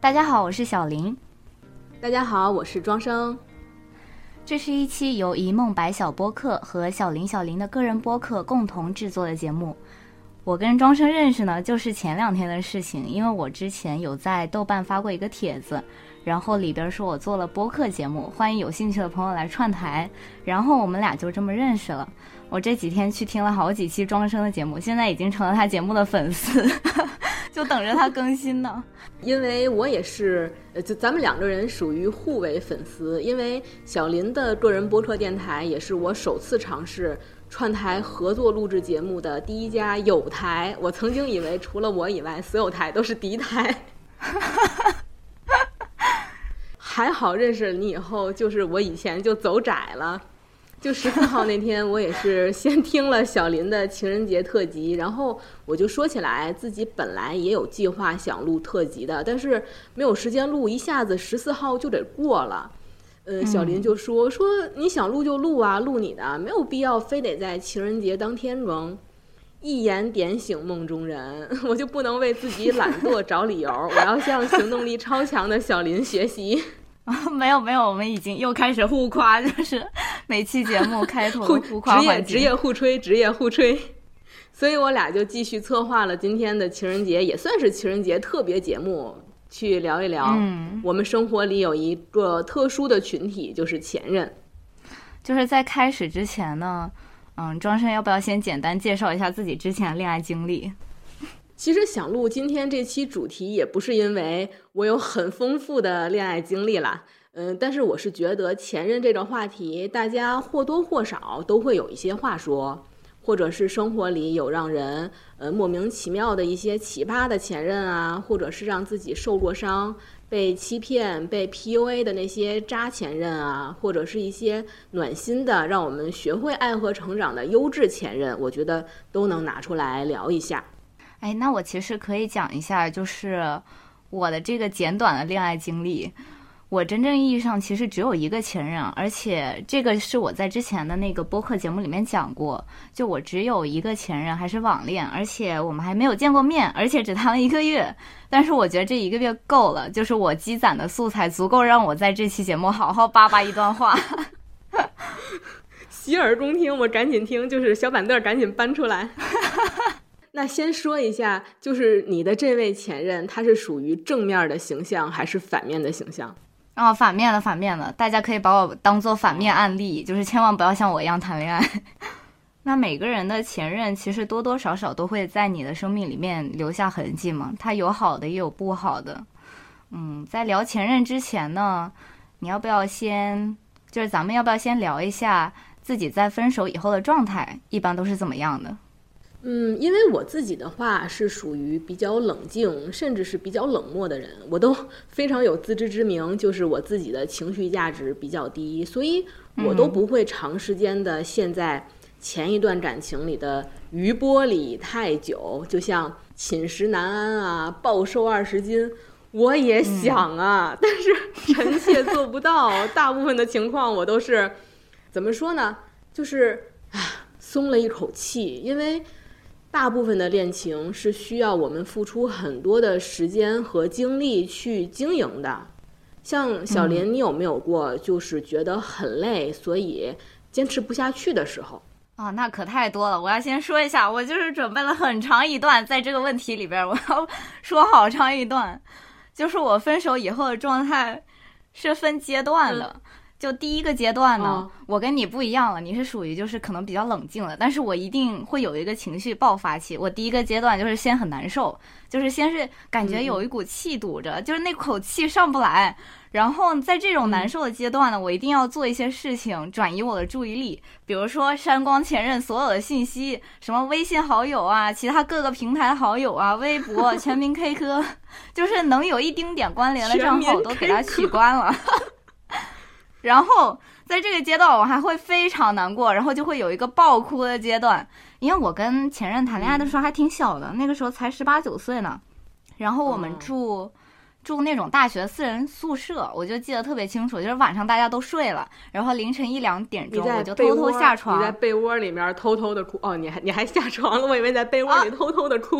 大家好，我是小林。 大家好，我是庄生。 这是一期由一梦白小播客和小林的个人播客共同制作的节目。我跟庄生认识呢，就是前2天的事情，因为我之前有在豆瓣发过一个帖子，然后里边说我做了播客节目，欢迎有兴趣的朋友来串台，然后我们俩就这么认识了。我这几天去听了好几期庄生的节目，现在已经成了他节目的粉丝就等着他更新呢。 因为我也是就咱们2个人属于互为粉丝，因为小林的个人播客电台也是我首次尝试串台合作录制节目的第一家友台。我曾经以为除了我以外所有台都是敌台还好认识了你以后，就是我以前就走窄了。就14号那天，我也是先听了小林的情人节特辑，然后我就说起来自己本来也有计划想录特辑的，但是没有时间录，一下子14号就得过了。小林就说你想录就录啊，录你的，没有必要非得在情人节当天装。一言点醒梦中人，我就不能为自己懒惰找理由，我要向行动力超强的小林学习。 没有，我们已经又开始互夸，就是每期节目开头的互夸环节， 职业互吹。所以我俩就继续策划了今天的情人节，也算是情人节特别节目，去聊一聊我们生活里有一个特殊的群体，就是前任。 就是在开始之前呢，庄生要不要先简单介绍一下自己之前的恋爱经历？ 其实想录今天这期主题也不是因为我有很丰富的恋爱经历啦，但是我是觉得前任这个话题大家或多或少都会有一些话说，或者是生活里有让人莫名其妙的一些奇葩的前任啊，或者是让自己受过伤、被欺骗、被 PUA 的那些渣前任啊，或者是一些暖心的让我们学会爱和成长的优质前任，我觉得都能拿出来聊一下。 那我其实可以讲一下，就是我的这个简短的恋爱经历。我真正意义上其实只有一个前任，而且这个是我在之前的那个播客节目里面讲过，就我只有一个前任，还是网恋，而且我们还没有见过面，而且只谈了1个月。但是我觉得这1个月够了，就是我积攒的素材足够让我在这期节目好好叭叭一段话洗耳恭听，我赶紧听，就是小板凳赶紧搬出来那先说一下，就是你的这位前任，他是属于正面的形象还是反面的形象？ 反面的，大家可以把我当做反面案例，就是千万不要像我一样谈恋爱那每个人的前任其实多多少少都会在你的生命里面留下痕迹嘛，他有好的也有不好的。在聊前任之前呢，咱们要不要先聊一下自己在分手以后的状态一般都是怎么样的？ 因为我自己的话是属于比较冷静甚至是比较冷漠的人，我都非常有自知之明，就是我自己的情绪价值比较低，所以我都不会长时间的陷在前一段感情里的余波里太久。就像寝食难安啊，暴瘦20斤，我也想啊，但是臣妾做不到大部分的情况我都是怎么说呢，就是松了一口气，因为大部分的恋情是需要我们付出很多的时间和精力去经营的。像小林，你有没有过就是觉得很累，所以坚持不下去的时候？ 那可太多了。我要先说一下，我就是准备了很长一段，在这个问题里边我要说好长一段。就是我分手以后的状态是分阶段的。就第一个阶段呢，我跟你不一样了，你是属于就是可能比较冷静的，但是我一定会有一个情绪爆发期。我第一个阶段就是先很难受，就是先是感觉有一股气堵着，就是那口气上不来。然后在这种难受的阶段呢，我一定要做一些事情转移我的注意力，比如说删光前任所有的信息，什么微信好友啊，其他各个平台好友啊，微博、全民 K 歌，就是能有一丁点关联的账号我都给他取关了然后在这个阶段我还会非常难过，然后就会有一个爆哭的阶段。因为我跟前任谈恋爱的时候还挺小的，那个时候才18、19岁呢，然后我们住那种大学4人宿舍，我就记得特别清楚，就是晚上大家都睡了，然后凌晨1、2点钟我就偷偷下床。 你在被窝里面偷偷的哭？你还下床了？我以为在被窝里偷偷的哭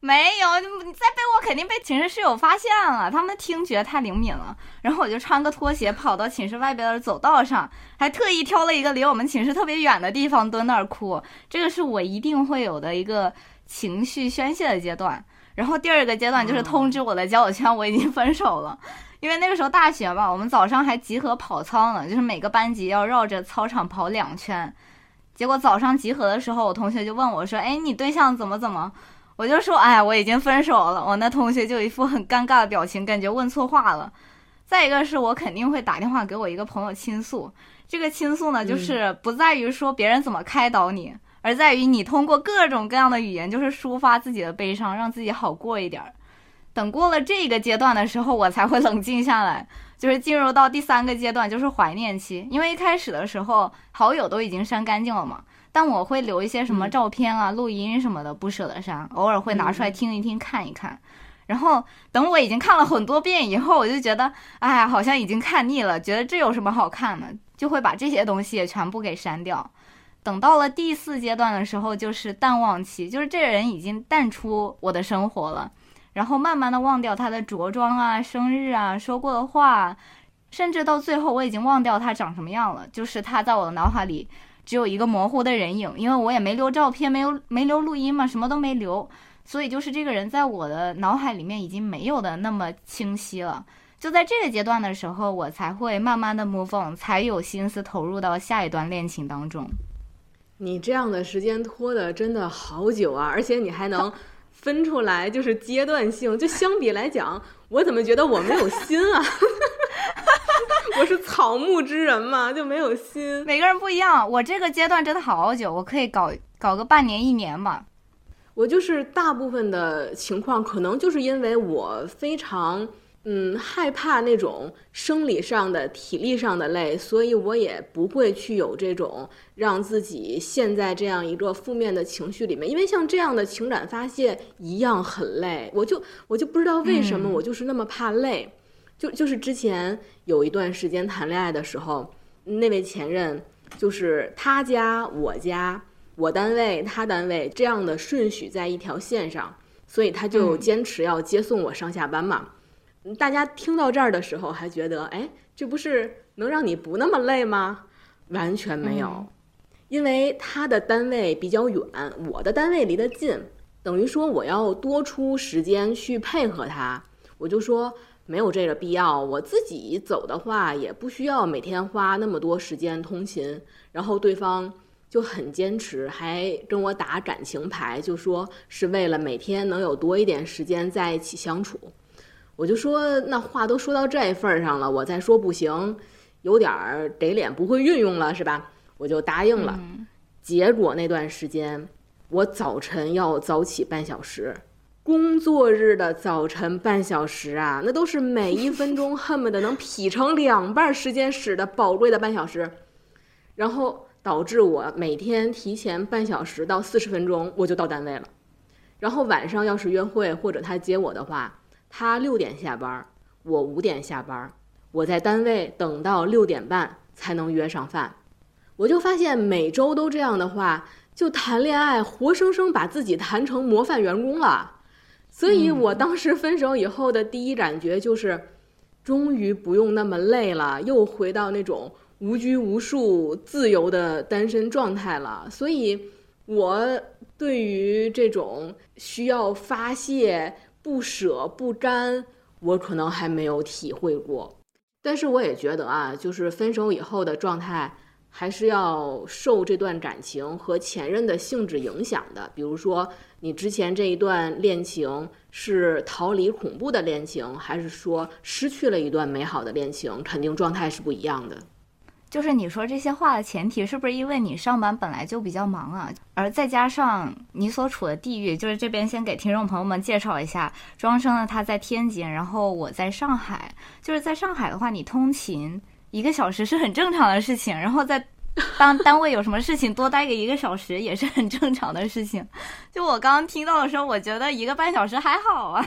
没有，你再背我肯定被寝室室友发现了，他们的听觉太灵敏了。然后我就穿个拖鞋跑到寝室外边的走道上，还特意挑了一个离我们寝室特别远的地方蹲那儿哭。这个是我一定会有的一个情绪宣泄的阶段。然后第二个阶段就是通知我的交友圈我已经分手了。因为那个时候大学嘛，我们早上还集合跑操呢，就是每个班级要绕着操场跑2圈。结果早上集合的时候，我同学就问我说：“哎，你对象怎么？”我就说：“哎，我已经分手了。”我那同学就一副很尴尬的表情，感觉问错话了。再一个是我肯定会打电话给我一个朋友倾诉，这个倾诉呢，就是不在于说别人怎么开导你，而在于你通过各种各样的语言，就是抒发自己的悲伤，让自己好过一点。等过了这个阶段的时候，我才会冷静下来，就是进入到第3个阶段，就是怀念期。因为一开始的时候好友都已经删干净了嘛，但我会留一些什么照片啊、录音什么的，不舍得删，偶尔会拿出来听一听、看一看。然后等我已经看了很多遍以后，我就觉得哎呀，好像已经看腻了，觉得这有什么好看的，就会把这些东西也全部给删掉。等到了第4阶段的时候，就是淡忘期，就是这个人已经淡出我的生活了，然后慢慢的忘掉他的着装啊、生日啊、说过的话，甚至到最后我已经忘掉他长什么样了，就是他在我的脑海里只有一个模糊的人影，因为我也没留照片，没留录音嘛，什么都没留，所以就是这个人在我的脑海里面已经没有的那么清晰了。就在这个阶段的时候，我才会慢慢的 move on， 才有心思投入到下一段恋情当中。 你这样的时间拖的真的好久啊，而且你还能分出来就是阶段性，就相比来讲，我怎么觉得我没有心啊？我是草木之人嘛，就没有心。 每个人不一样，我这个阶段真的好久，我可以搞个半年1年吧。 我就是大部分的情况，可能就是因为我非常害怕那种生理上的、体力上的累，所以我也不会去有这种让自己陷在这样一个负面的情绪里面，因为像这样的情感发泄一样很累，我就不知道为什么我就是那么怕累。就是之前有一段时间谈恋爱的时候，那位前任就是他家、我家、我单位、他单位这样的顺序在一条线上，所以他就坚持要接送我上下班嘛。大家听到这儿的时候还觉得，哎，这不是能让你不那么累吗？完全没有，因为他的单位比较远，我的单位离得近，等于说我要多出时间去配合他。我就说没有这个必要，我自己走的话也不需要每天花那么多时间通勤。然后对方就很坚持，还跟我打感情牌，就说是为了每天能有多一点时间在一起相处。我就说那话都说到这份上了，我再说不行，有点给脸不会运用了是吧？我就答应了。结果那段时间我早晨要早起半小时，工作日的早晨半小时啊，那都是每1分钟恨不得能劈成2半时间使的宝贵的半小时，然后导致我每天提前半小时到40分钟我就到单位了。然后晚上要是约会或者他接我的话，他6点下班，我5点下班，我在单位等到6点半才能约上饭。我就发现每周都这样的话，就谈恋爱活生生把自己谈成模范员工了。所以我当时分手以后的第一感觉就是，终于不用那么累了，又回到那种无拘无束、自由的单身状态了。所以我对于这种需要发泄、不舍、不甘，我可能还没有体会过。但是我也觉得啊，就是分手以后的状态还是要受这段感情和前任的性质影响的。比如说你之前这一段恋情是逃离恐怖的恋情，还是说失去了一段美好的恋情，肯定状态是不一样的。 就是你说这些话的前提是不是因为你上班本来就比较忙啊，而再加上你所处的地域，就是这边先给听众朋友们介绍一下，庄生呢他在天津，然后我在上海。就是在上海的话，你通勤1个小时是很正常的事情，然后在当单位有什么事情多待个1个小时也是很正常的事情。就我刚刚听到的时候，我觉得1个半小时还好啊。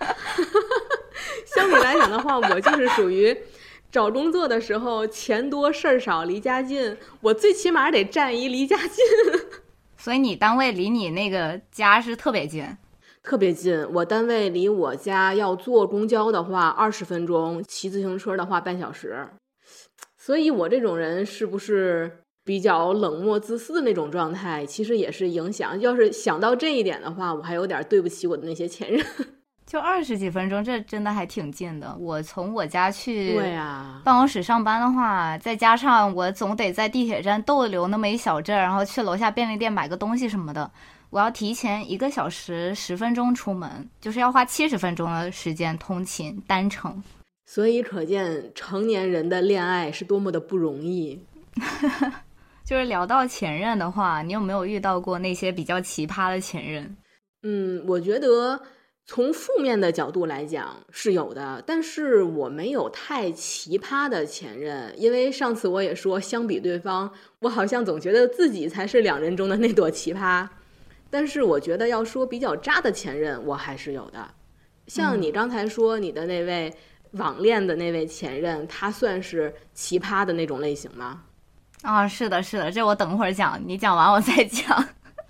相比来讲的话，我就是属于找工作的时候钱多事儿少离家近，我最起码得占一离家近。 所以你单位离你那个家是特别近？ 特别近。我单位离我家要坐公交的话20分钟，骑自行车的话半小时。所以我这种人是不是比较冷漠自私的那种状态，其实也是影响。要是想到这一点的话，我还有点对不起我的那些前任。 就20几分钟，这真的还挺近的。我从我家去办公室上班的话，再加上我总得在地铁站逗留那么一小阵，然后去楼下便利店买个东西什么的，我要提前1个小时10分钟出门，就是要花70分钟的时间通勤单程。 所以可见成年人的恋爱是多么的不容易。 就是聊到前任的话，你有没有遇到过那些比较奇葩的前任？ 我觉得从负面的角度来讲是有的，但是我没有太奇葩的前任，因为上次我也说，相比对方，我好像总觉得自己才是2人中的那朵奇葩。但是我觉得要说比较渣的前任，我还是有的。像你刚才说你的那位网恋的那位前任，他算是奇葩的那种类型吗？ 啊，是的，是的，这我等会儿讲，你讲完我再讲。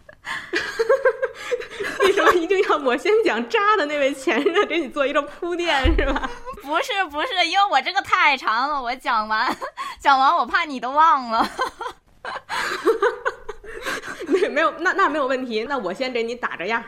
为什么一定要我先讲渣的那位前任，给你做一个铺垫是吧？ 不是，因为我这个太长了，我讲完我怕你都忘了。 没有，那没有问题，那我先给你打个样。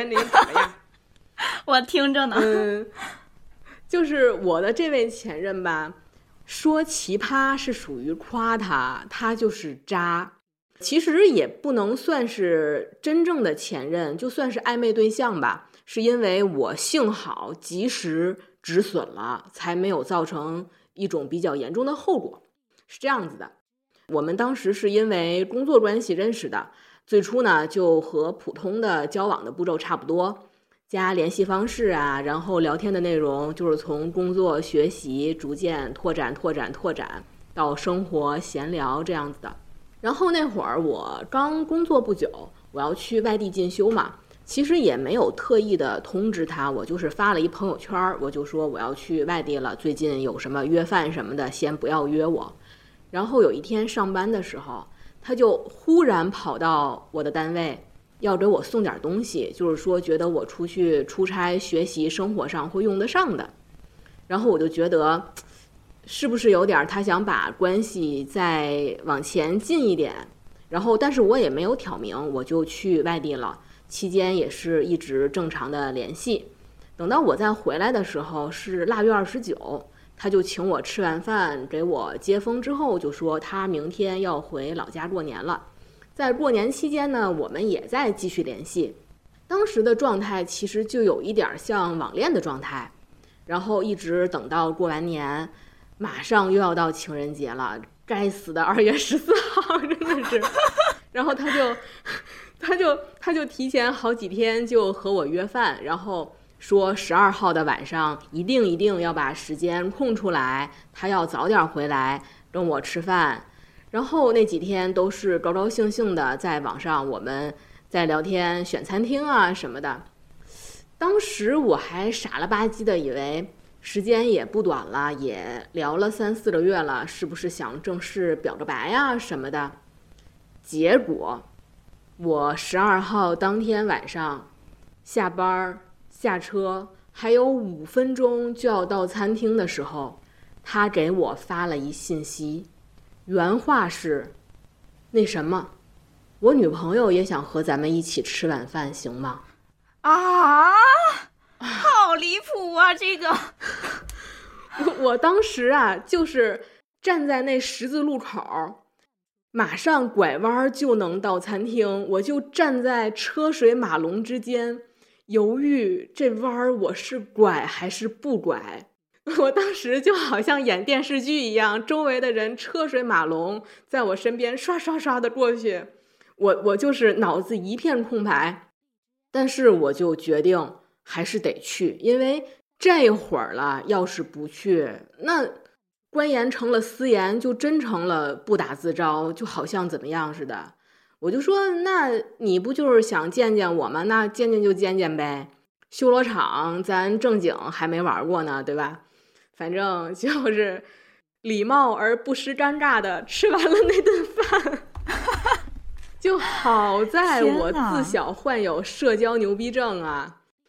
我听着呢。 就是我的这位前任吧，说奇葩是属于夸他就是渣。其实也不能算是真正的前任，就算是暧昧对象吧，是因为我幸好及时止损了，才没有造成一种比较严重的后果。是这样子的，我们当时是因为工作关系认识的，最初呢就和普通的交往的步骤差不多，加联系方式啊，然后聊天的内容就是从工作学习逐渐拓展到生活闲聊这样子的。然后那会儿我刚工作不久，我要去外地进修嘛，其实也没有特意的通知他，我就是发了一朋友圈，我就说我要去外地了，最近有什么约饭什么的，先不要约我。然后有一天上班的时候，他就忽然跑到我的单位，要给我送点东西，就是说觉得我出去出差学习生活上会用得上的。然后我就觉得是不是有点他想把关系再往前进一点，然后但是我也没有挑明，我就去外地了，期间也是一直正常的联系。等到我再回来的时候是腊月29，他就请我吃完饭给我接风之后，就说他明天要回老家过年了。在过年期间呢，我们也在继续联系。当时的状态其实就有一点像网恋的状态，然后一直等到过完年，马上又要到情人节了，该死的2月14号真的是。然后他就提前好几天就和我约饭，然后说12号的晚上一定要把时间空出来，他要早点回来跟我吃饭。然后那几天都是高高兴兴的在网上我们在聊天选餐厅啊什么的。当时我还傻了吧唧的以为时间也不短了，也聊了3、4个月了，是不是想正式表个白呀什么的。结果我12号当天晚上下班下车还有5分钟就要到餐厅的时候，他给我发了一信息，原话是那什么，我女朋友也想和咱们一起吃晚饭行吗？ 啊，好离谱啊这个。 我当时啊就是站在那十字路口，马上拐弯就能到餐厅，我就站在车水马龙之间犹豫这弯我是拐还是不拐。我当时就好像演电视剧一样，周围的人车水马龙在我身边刷刷刷的过去，我就是脑子一片空白。但是我就决定还是得去，因为这会儿了要是不去，那官言成了私言，就真成了不打自招，就好像怎么样似的。我就说那你不就是想见见我吗？那见见就见见呗，修罗场咱正经还没玩过呢，对吧？反正就是礼貌而不失尴尬的吃完了那顿饭。就好在我自小患有社交牛逼症啊，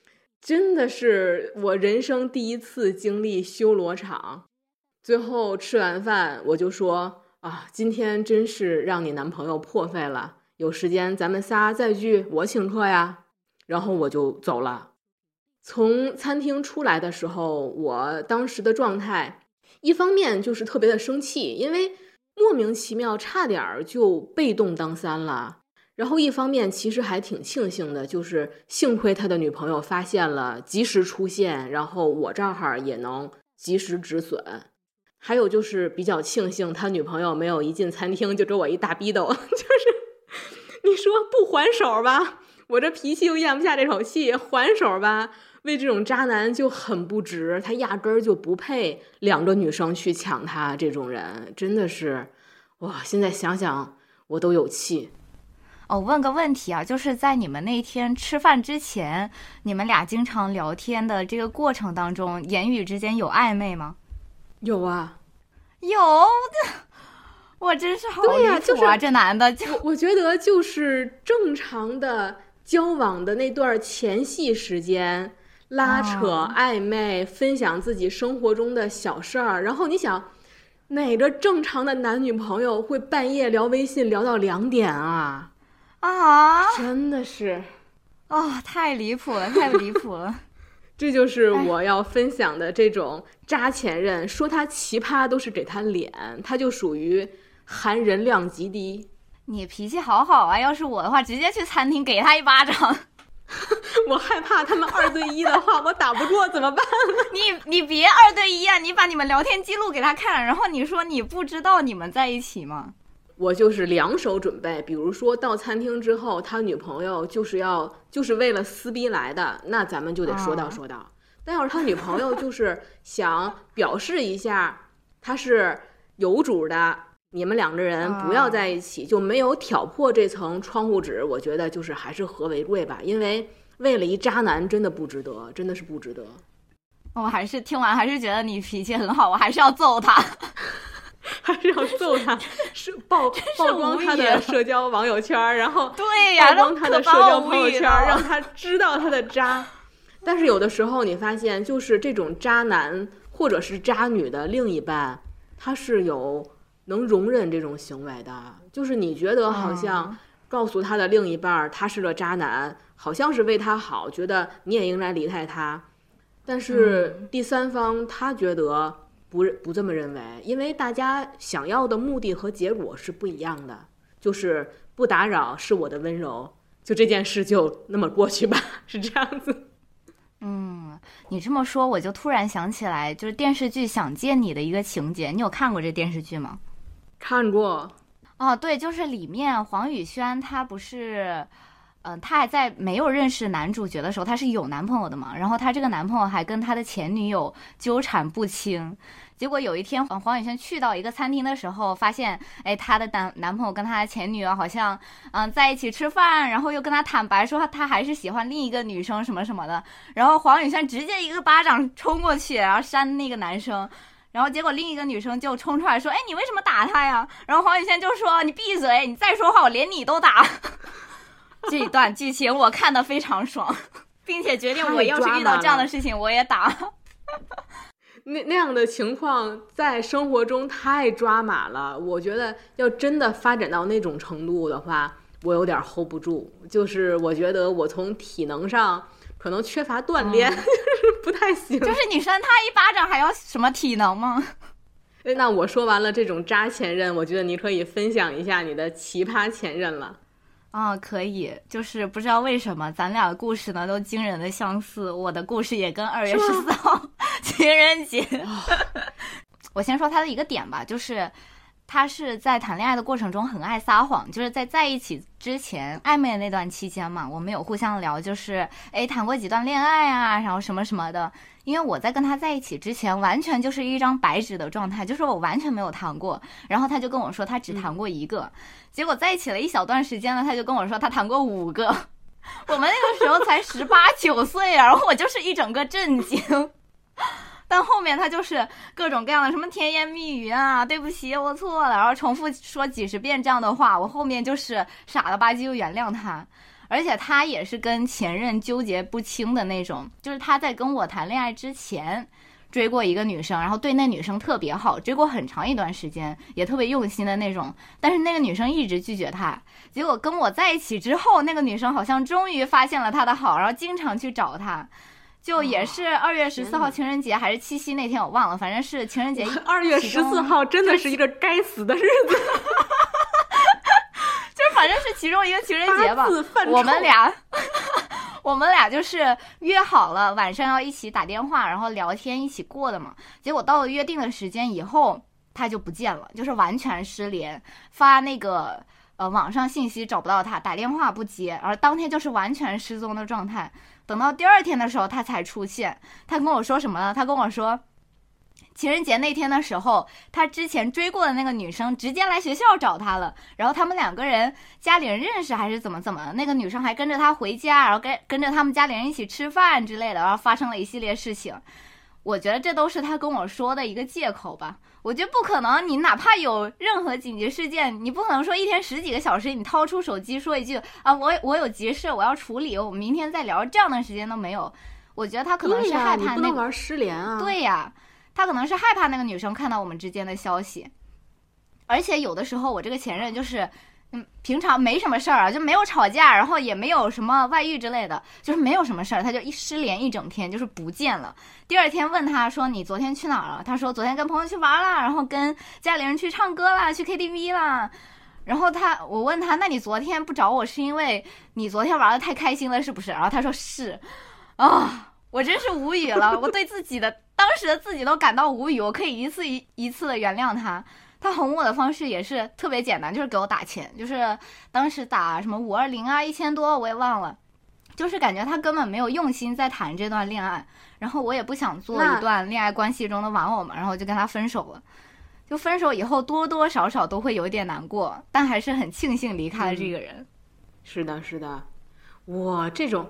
真的是我人生第一次经历修罗场。最后吃完饭我就说啊，今天真是让你男朋友破费了，有时间咱们仨再聚，我请客呀。然后我就走了。从餐厅出来的时候，我当时的状态一方面就是特别的生气，因为莫名其妙差点就被动当三了，然后一方面其实还挺庆幸的，就是幸亏他的女朋友发现了及时出现，然后我这儿也能及时止损。还有就是比较庆幸他女朋友没有一进餐厅就给我一大逼斗，就是你说不还手吧，我这脾气又咽不下这口气，还手吧，为这种渣男就很不值，他压根儿就不配2个女生去抢他，这种人真的是哇，现在想想我都有气。 哦，问个问题啊，就是在你们那天吃饭之前，你们俩经常聊天的这个过程当中，言语之间有暧昧吗？ 有啊， 有的，我真是好离谱啊！就是、这男的我觉得就是正常的交往的那段前戏时间，拉扯、暧昧，分享自己生活中的小事儿。然后你想，哪个正常的男女朋友会半夜聊微信聊到2点啊？ 啊， 真的是， 太离谱了，太离谱了。 这就是我要分享的这种渣前任，说他奇葩都是给他脸，他就属于含人量极低。 你脾气好好啊，要是我的话直接去餐厅给他一巴掌。 我害怕他们2对1的话我打不过怎么办？ 你别2对1啊，你把你们聊天记录给他看，然后你说你不知道你们在一起吗？ 我就是2手准备，比如说到餐厅之后他女朋友就是为了撕逼来的，那咱们就得说道说道。但要是他女朋友就是想表示一下他是有主的，你们2个人不要在一起，就没有挑破这层窗户纸，我觉得就是还是和为贵吧，因为为了一渣男真的不值得，真的是不值得。 我还是听完还是觉得你脾气很好，我还是要揍他。 还是要揍他，曝光他的社交网友圈，然后对呀， 曝光他的社交朋友圈，让他知道他的渣。但是有的时候你发现，就是这种渣男或者是渣女的另一半，他是有能容忍这种行为的。就是你觉得好像告诉他的另一半他是个渣男，好像是为他好，觉得你也应该离开他。但是第三方他觉得不这么认为，因为大家想要的目的和结果是不一样的，就是不打扰是我的温柔，就这件事就那么过去吧，是这样子。 你这么说我就突然想起来，就是电视剧《想见你》的一个情节，你有看过这电视剧吗？ 看过。 对，就是里面黄宇轩他不是他还在没有认识男主角的时候他是有男朋友的嘛，然后他这个男朋友还跟他的前女友纠缠不清，结果有一天黄宇轩去到一个餐厅的时候，发现他的男朋友跟他的前女友好像在一起吃饭，然后又跟他坦白说他还是喜欢另一个女生什么什么的，然后黄宇轩直接一个巴掌冲过去，然后扇那个男生，然后结果另一个女生就冲出来说你为什么打他呀？然后黄宇轩就说你闭嘴，你再说话我连你都打。这一段剧情我看得非常爽，并且决定我要是遇到这样的事情我也打。 那样的情况在生活中太抓马了，我觉得要真的发展到那种程度的话，我有点 hold 不住。就是我觉得我从体能上可能缺乏锻炼，就是不太行。 就是你扇他一巴掌还要什么体能吗？ 那我说完了这种渣前任，我觉得你可以分享一下你的奇葩前任了。 可以，就是不知道为什么咱俩的故事呢都惊人的相似，我的故事也跟2月14号情人节。我先说他的一个点吧，就是他是在谈恋爱的过程中很爱撒谎，就是在一起之前暧昧的那段期间嘛，我们有互相聊，就是谈过几段恋爱啊，然后什么什么的。因为我在跟他在一起之前完全就是一张白纸的状态，就是我完全没有谈过，然后他就跟我说他只谈过1个，结果在一起了一小段时间呢，他就跟我说他谈过5个。我们那个时候才18、19岁啊，然后我就是一整个震惊。但后面他就是各种各样的什么甜言蜜语啊，对不起我错了，然后重复说几10遍这样的话，我后面就是傻了吧唧就原谅他。 而且他也是跟前任纠结不清的那种，就是他在跟我谈恋爱之前追过一个女生，然后对那女生特别好，追过很长一段时间，也特别用心的那种，但是那个女生一直拒绝他，结果跟我在一起之后，那个女生好像终于发现了他的好，然后经常去找他，就也是2月14号情人节还是7夕那天我忘了，反正是情人节。 2月14号真的是一个该死的日子。 就是反正是其中一个情人节吧，我们俩就是约好了晚上要一起打电话，然后聊天一起过的嘛。结果到了约定的时间以后，他就不见了，就是完全失联，发那个网上信息找不到他，打电话不接，而当天就是完全失踪的状态。等到第二天的时候他才出现，他跟我说什么呢？他跟我说情人节那天的时候，他之前追过的那个女生直接来学校找他了，然后他们2个人家里人认识还是怎么那个女生还跟着他回家，然后跟着他们家里人一起吃饭之类的，然后发生了一系列事情。我觉得这都是他跟我说的一个借口吧。我觉得不可能，你哪怕有任何紧急事件，你不可能说一天10几个小时你掏出手机说一句啊，我有急事我要处理，我们明天再聊，这样的时间都没有。我觉得他可能是害怕你不能玩失联啊。 对呀，他可能是害怕那个女生看到我们之间的消息。而且有的时候我这个前任就是平常没什么事儿啊，就没有吵架，然后也没有什么外遇之类的，就是没有什么事儿，他就失联一整天，就是不见了。第二天问他说你昨天去哪儿了？他说昨天跟朋友去玩了，然后跟家里人去唱歌了，去 KTV 了。然后我问他，那你昨天不找我是因为你昨天玩的太开心了是不是？然后他说是。我真是无语了，我对当时的自己都感到无语。我可以一次一次的原谅他。他哄我的方式也是特别简单，就是给我打钱，就是当时打什么520啊，1000多我也忘了，就是感觉他根本没有用心在谈这段恋爱。然后我也不想做一段恋爱关系中的玩偶嘛，然后我就跟他分手了。就分手以后多多少少都会有点难过，但还是很庆幸离开了这个人。 是的是的，哇，这种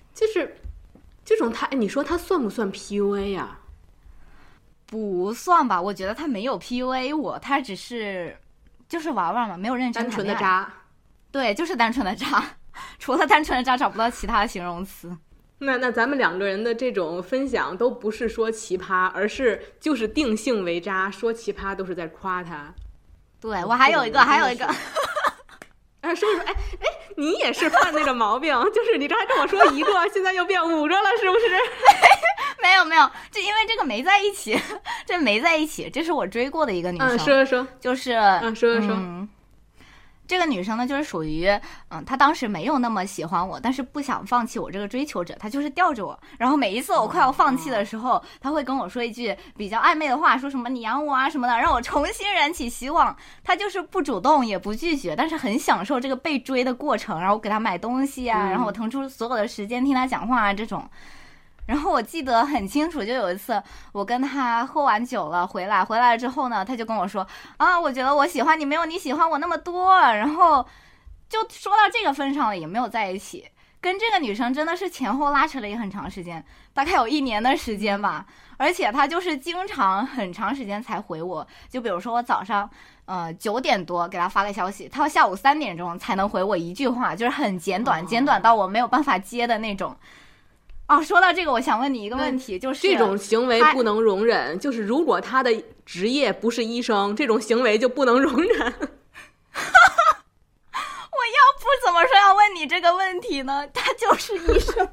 他，你说他算不算 PUA 呀？ 不算吧，我觉得他没有 PUA 我，他只是就是玩玩嘛，没有认真单纯的渣。 对，就是单纯的渣，除了单纯的渣找不到其他的形容词。 那咱们2个人的这种分享都不是说奇葩，而是就是定性为渣，说奇葩都是在夸他。 对，我还有一个哎，说你也是犯那个毛病，就是你刚才跟我说1个，现在又变5个了，是不是？ 没有，这因为这个没在一起，这是我追过的一个女生。 说， 就是说。 这个女生呢，就是属于她当时没有那么喜欢我，但是不想放弃我这个追求者，她就是吊着我。然后每一次我快要放弃的时候，她会跟我说一句比较暧昧的话，说什么你养我啊什么的，让我重新燃起希望。她就是不主动也不拒绝，但是很享受这个被追的过程。然后我给她买东西啊，然后我腾出所有的时间听她讲话啊这种。然后我记得很清楚，就有一次我跟他喝完酒了回来了之后呢，他就跟我说啊，我觉得我喜欢你没有你喜欢我那么多。然后就说到这个份上了，也没有在一起。跟这个女生真的是前后拉扯了也很长时间，大概有1年的时间吧。而且她就是经常很长时间才回我，就比如说我早上9点多给她发个消息，她要下午3点钟才能回我一句话，就是很简短到我没有办法接的那种。说到这个，我想问你一个问题，就是这种行为不能容忍，就是如果他的职业不是医生，这种行为就不能容忍。我要不怎么说要问你这个问题呢？他就是医生。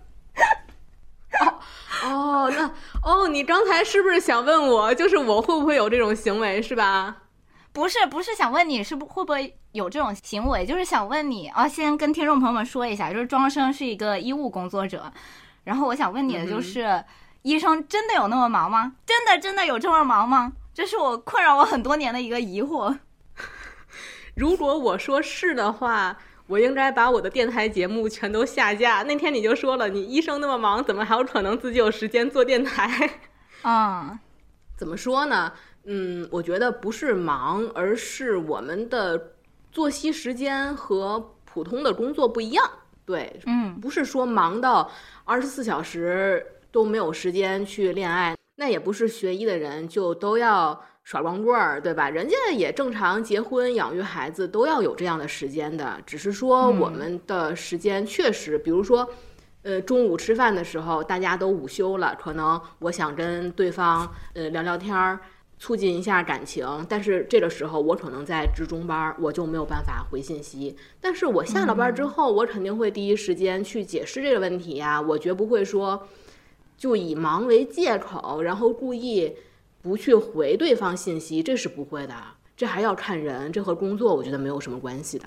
你刚才是不是想问我，就是我会不会有这种行为，是吧？ 不是想问你会不会有这种行为，就是想问你先跟听众朋友们说一下，就是庄生是一个医务工作者。然后我想问你的就是，医生真的有那么忙吗？真的有这么忙吗？这是我困扰我很多年的一个疑惑。 如果我说是的话，我应该把我的电台节目全都下架。那天你就说了，你医生那么忙，怎么还有可能自己有时间做电台？怎么说呢？我觉得不是忙，而是我们的作息时间和普通的工作不一样。对，不是说忙到24小时都没有时间去恋爱，那也不是学医的人就都要耍光棍儿，对吧？人家也正常结婚、养育孩子都要有这样的时间的，只是说我们的时间确实，比如说，中午吃饭的时候大家都午休了，可能我想跟对方聊聊天儿，促进一下感情，但是这个时候我可能在值中班，我就没有办法回信息。但是我下了班之后，我肯定会第一时间去解释这个问题呀，我绝不会说就以忙为借口，然后故意不去回对方信息，这是不会的，这还要看人，这和工作我觉得没有什么关系的。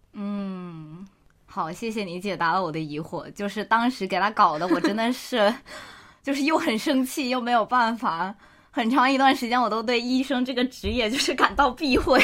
好，谢谢你解答了我的疑惑，就是当时给他搞的我真的是就是又很生气又没有办法，很长一段时间我都对医生这个职业就是感到避讳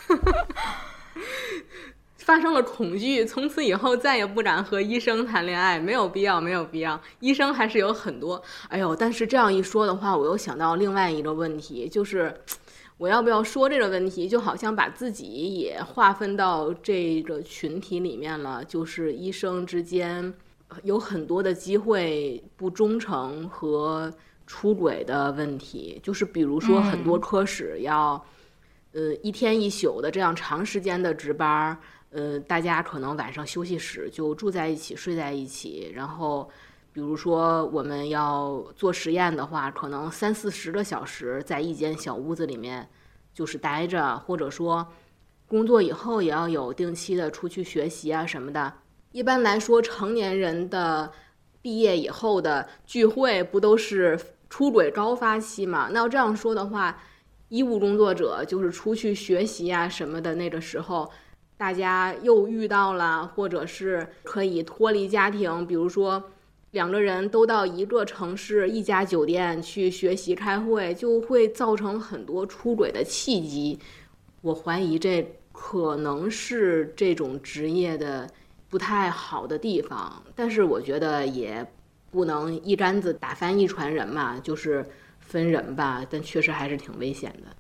发生了恐惧，从此以后再也不敢和医生谈恋爱，没有必要，没有必要。医生还是有很多，哎呦，但是这样一说的话，我又想到另外一个问题，就是我要不要说这个问题，就好像把自己也划分到这个群体里面了，就是医生之间有很多的机会不忠诚和出轨的问题，就是比如说很多科室要一天一宿的这样长时间的值班，大家可能晚上休息室就住在一起睡在一起，然后比如说我们要做实验的话，可能30-40个小时在一间小屋子里面就是待着，或者说工作以后也要有定期的出去学习啊什么的。一般来说成年人的毕业以后的聚会不都是出轨高发期嘛？那要这样说的话，医务工作者就是出去学习啊什么的那个时候，大家又遇到了，或者是可以脱离家庭，比如说2个人都到一个城市一家酒店去学习开会，就会造成很多出轨的契机。我怀疑这可能是这种职业的不太好的地方，但是我觉得也不能一竿子打翻一船人嘛，就是分人吧，但确实还是挺危险的。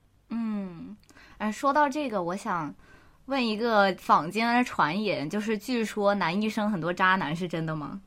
说到这个，我想问一个坊间的传言，就是据说男医生很多渣男，是真的吗？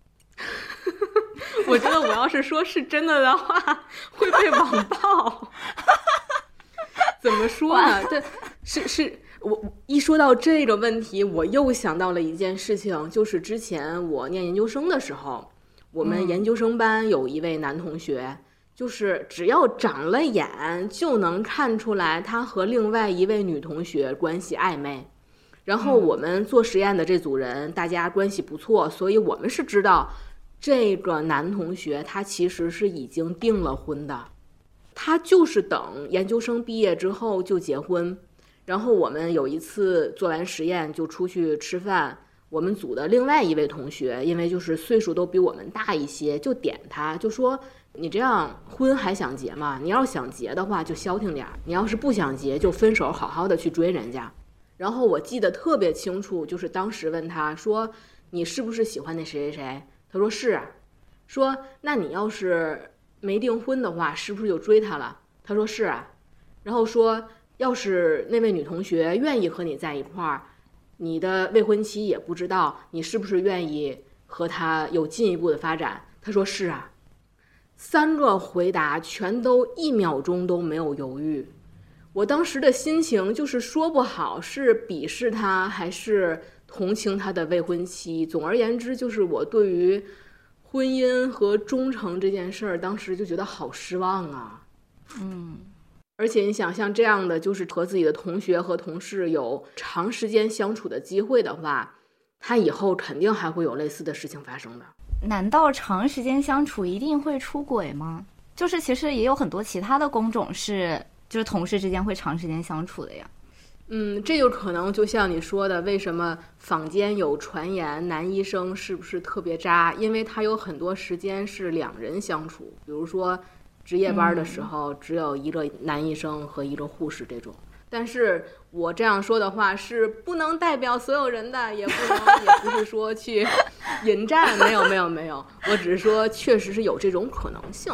我觉得我要是说是真的的话，会被网暴。怎么说呢？对，是我一说到这个问题，我又想到了一件事情，就是之前我念研究生的时候，我们研究生班有一位男同学，就是只要长了眼就能看出来他和另外一位女同学关系暧昧。然后我们做实验的这组人大家关系不错，所以我们是知道这个男同学他其实是已经订了婚的，他就是等研究生毕业之后就结婚。然后我们有一次做完实验就出去吃饭，我们组的另外一位同学因为就是岁数都比我们大一些，就点他就说，你这样婚还想结吗？你要想结的话就消停点，你要是不想结就分手，好好的去追人家。然后我记得特别清楚，就是当时问他说，你是不是喜欢那谁谁谁？他说是啊。说那你要是没订婚的话，是不是就追他了？他说是啊。然后说要是那位女同学愿意和你在一块儿，你的未婚妻也不知道，你是不是愿意和他有进一步的发展？他说是啊。3个回答全都1秒钟都没有犹豫。我当时的心情就是说不好是鄙视他还是同情他的未婚妻。总而言之，就是我对于婚姻和忠诚这件事儿，当时就觉得好失望啊。而且你想像这样的，就是和自己的同学和同事有长时间相处的机会的话，他以后肯定还会有类似的事情发生的。 难道长时间相处一定会出轨吗？就是其实也有很多其他的工种是就是同事之间会长时间相处的呀。 这有可能就像你说的，为什么坊间有传言男医生是不是特别渣？因为他有很多时间是2人相处，比如说值夜班的时候只有一个男医生和一个护士这种。但是我这样说的话是不能代表所有人的，也不是说去引战，没有，我只是说确实是有这种可能性。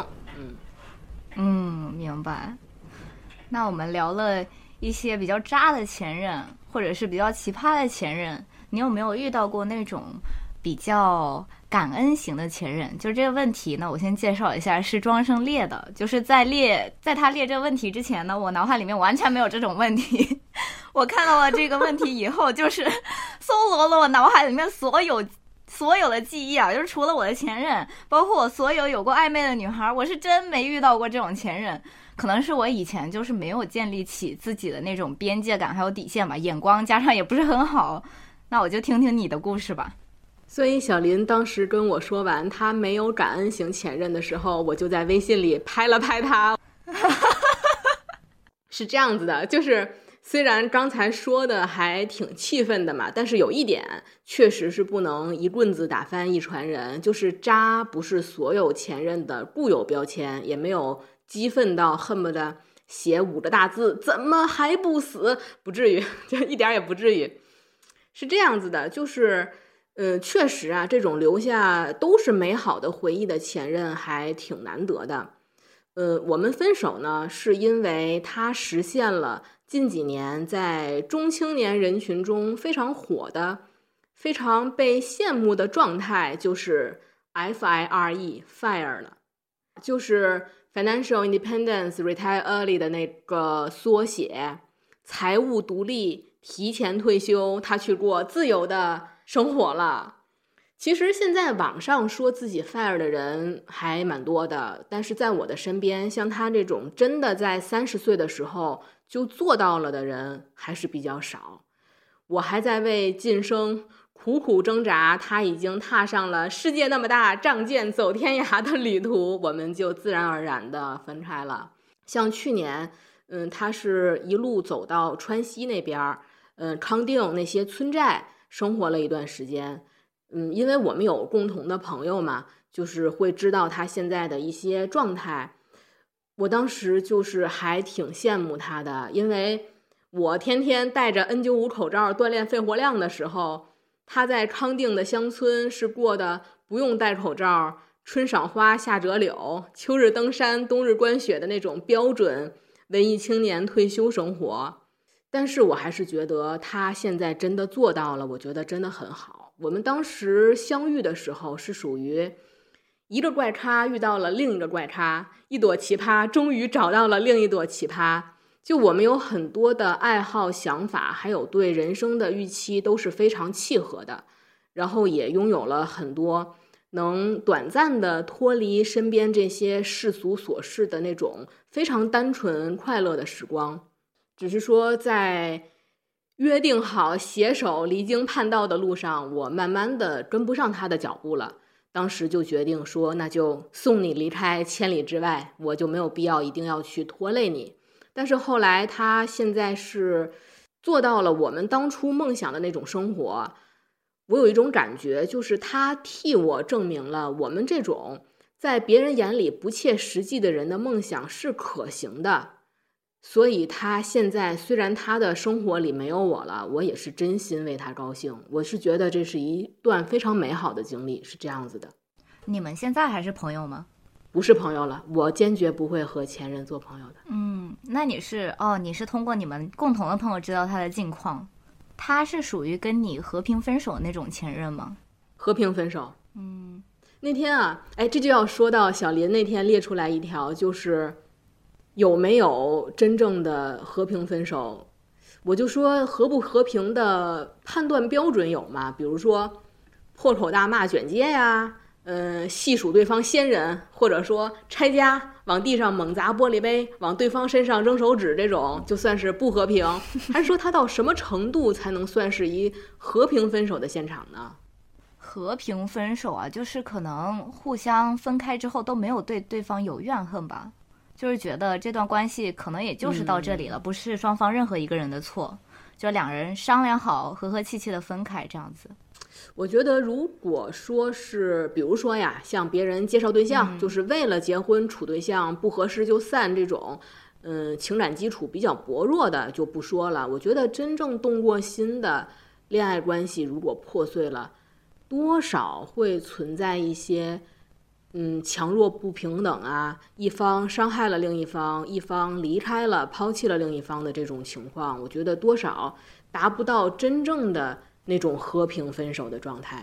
明白。那我们聊了一些比较渣的前任，或者是比较奇葩的前任，你有没有遇到过那种比较感恩型的前任？就是这个问题呢，我先介绍一下，是庄生列的。就是在他列这个问题之前呢，我脑海里面完全没有这种问题。我看到了这个问题以后，就是搜罗了我脑海里面所有的记忆啊，就是除了我的前任，包括我所有过暧昧的女孩，我是真没遇到过这种前任。可能是我以前就是没有建立起自己的那种边界感还有底线吧，眼光加上也不是很好。那我就听听你的故事吧。 所以小林当时跟我说完他没有感恩型前任的时候，我就在微信里拍了拍他。是这样子的，就是虽然刚才说的还挺气愤的嘛，但是有一点确实是不能一棍子打翻一船人，就是渣不是所有前任的固有标签，也没有激愤到恨不得写5个大字怎么还不死，不至于，就一点也不至于。是这样子的，就是确实啊，这种留下都是美好的回忆的前任还挺难得的。我们分手呢，是因为他实现了近几年在中青年人群中非常火的、非常被羡慕的状态，就是 FIRE 了，就是 Financial Independence Retire Early 的那个缩写，财务独立，提前退休，他去过自由的生活了。其实现在网上说自己 fire 的人还蛮多的，但是在我的身边，像他这种真的在30岁的时候就做到了的人还是比较少。我还在为晋升苦苦挣扎，他已经踏上了世界那么大，仗剑走天涯的旅途，我们就自然而然的分开了。像去年他是一路走到川西那边，康定那些村寨生活了一段时间。因为我们有共同的朋友嘛，就是会知道他现在的一些状态。我当时就是还挺羡慕他的，因为我天天戴着 N95 口罩锻炼肺活量的时候，他在康定的乡村是过的不用戴口罩，春赏花夏折柳，秋日登山冬日观雪的那种标准文艺青年退休生活。但是我还是觉得他现在真的做到了，我觉得真的很好。我们当时相遇的时候是属于一个怪咖遇到了另一个怪咖，一朵奇葩终于找到了另一朵奇葩。就我们有很多的爱好想法，还有对人生的预期都是非常契合的，然后也拥有了很多能短暂的脱离身边这些世俗琐事的那种非常单纯快乐的时光。只是说在约定好携手离经叛道的路上，我慢慢的跟不上他的脚步了。当时就决定说，那就送你离开千里之外，我就没有必要一定要去拖累你。但是后来他现在是做到了我们当初梦想的那种生活，我有一种感觉，就是他替我证明了我们这种在别人眼里不切实际的人的梦想是可行的。所以他现在虽然他的生活里没有我了，我也是真心为他高兴。我是觉得这是一段非常美好的经历，是这样子的。 你们现在还是朋友吗？ 不是朋友了，我坚决不会和前任做朋友的。 那你是通过你们共同的朋友知道他的近况。他是属于跟你和平分手那种前任吗？ 和平分手。那天啊，这就要说到小林那天列出来一条，就是有没有真正的和平分手。我就说和不和平的判断标准有吗？比如说破口大骂卷街呀，细数对方先人，或者说拆家往地上猛砸玻璃杯，往对方身上扔手指，这种就算是不和平？还是说他到什么程度才能算是一和平分手的现场呢？ 和平分手啊，就是可能互相分开之后都没有对对方有怨恨吧，就是觉得这段关系可能也就是到这里了，不是双方任何一个人的错，就两人商量好和和气气的分开这样子。 我觉得如果说是比如说呀，向别人介绍对象，就是为了结婚处对象，不合适就散这种情感基础比较薄弱的就不说了。我觉得真正动过心的恋爱关系如果破碎了，多少会存在一些强弱不平等啊，一方伤害了另一方，一方离开了抛弃了另一方的这种情况，我觉得多少达不到真正的那种和平分手的状态。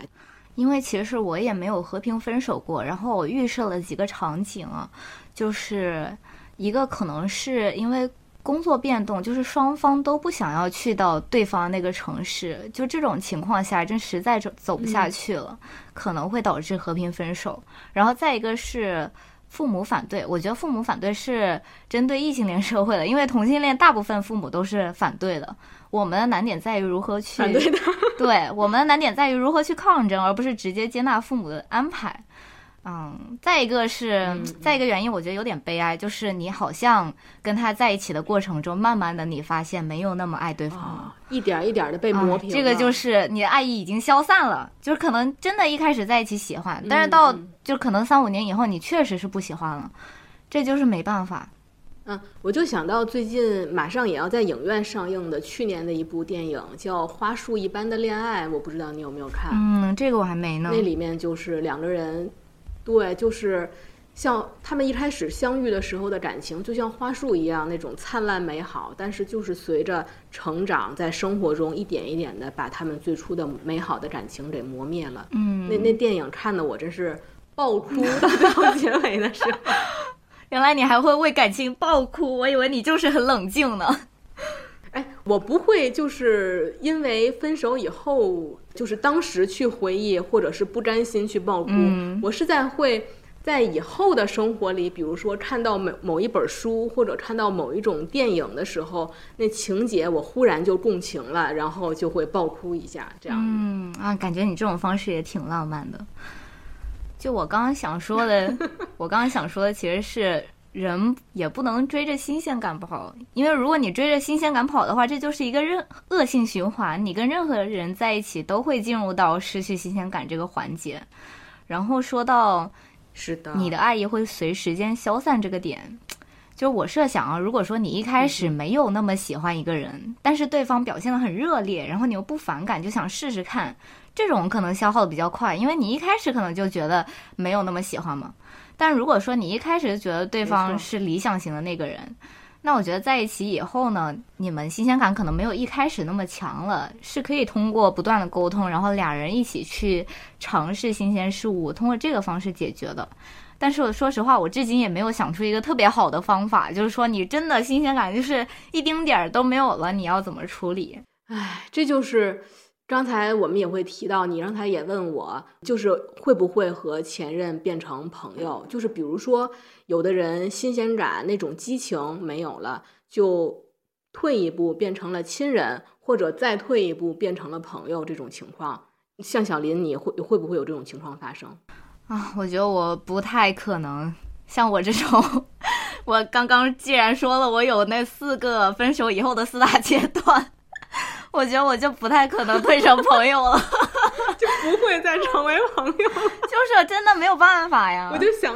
因为其实我也没有和平分手过，然后我预设了几个场景啊，就是一个可能是因为工作变动，就是双方都不想要去到对方那个城市，就这种情况下真实在走不下去了，可能会导致和平分手。然后再一个是父母反对，我觉得父母反对是针对异性恋社会的，因为同性恋大部分父母都是反对的。我们的难点在于如何去反对的， 对，我们的难点在于如何去抗争，而不是直接接纳父母的安排。再一个原因，我觉得有点悲哀，就是你好像跟他在一起的过程中，慢慢的你发现没有那么爱对方了， 一点一点的被磨平了。 这个就是你的爱意已经消散了，就是可能真的一开始在一起喜欢，但是到就可能3-5年以后，你确实是不喜欢了，这就是没办法。 我就想到最近马上也要在影院上映的去年的一部电影叫《花束一般的恋爱》，我不知道你有没有看？ 这个我还没呢。 那里面就是两个人，对，就是像他们一开始相遇的时候的感情，就像花束一样那种灿烂美好，但是就是随着成长，在生活中一点一点的把他们最初的美好的感情给磨灭了。那电影看的我真是爆哭到结尾的时候。 原来你还会为感情爆哭，我以为你就是很冷静呢。 我不会就是因为分手以后就是当时去回忆或者是不甘心去爆哭，我是会在以后的生活里，比如说看到某一本书或者看到某一种电影的时候，那情节我忽然就共情了，然后就会爆哭一下这样。 感觉你这种方式也挺浪漫的。就我刚刚想说的其实是人也不能追着新鲜感跑，因为如果你追着新鲜感跑的话，这就是一个恶性循环，你跟任何人在一起都会进入到失去新鲜感这个环节。然后说到是的， 你的爱意会随时间消散这个点，就我设想啊，如果说你一开始没有那么喜欢一个人，但是对方表现得很热烈，然后你又不反感，就想试试看，这种可能消耗的比较快，因为你一开始可能就觉得没有那么喜欢嘛。但如果说你一开始就觉得对方是理想型的那个人，那我觉得在一起以后呢，你们新鲜感可能没有一开始那么强了，是可以通过不断的沟通，然后俩人一起去尝试新鲜事物，通过这个方式解决的。但是我说实话，我至今也没有想出一个特别好的方法，就是说你真的新鲜感就是一丁点儿都没有了，你要怎么处理？ 这就是刚才我们也会提到，你刚才也问我，就是会不会和前任变成朋友，就是比如说有的人新鲜感那种激情没有了，就退一步变成了亲人，或者再退一步变成了朋友，这种情况，像小林你会不会有这种情况发生？ 我觉得我不太可能，像我这种我刚刚既然说了我有那4个分手以后的4大阶段，我觉得我就不太可能退成朋友了就不会再成为朋友就是真的没有办法呀。 我就想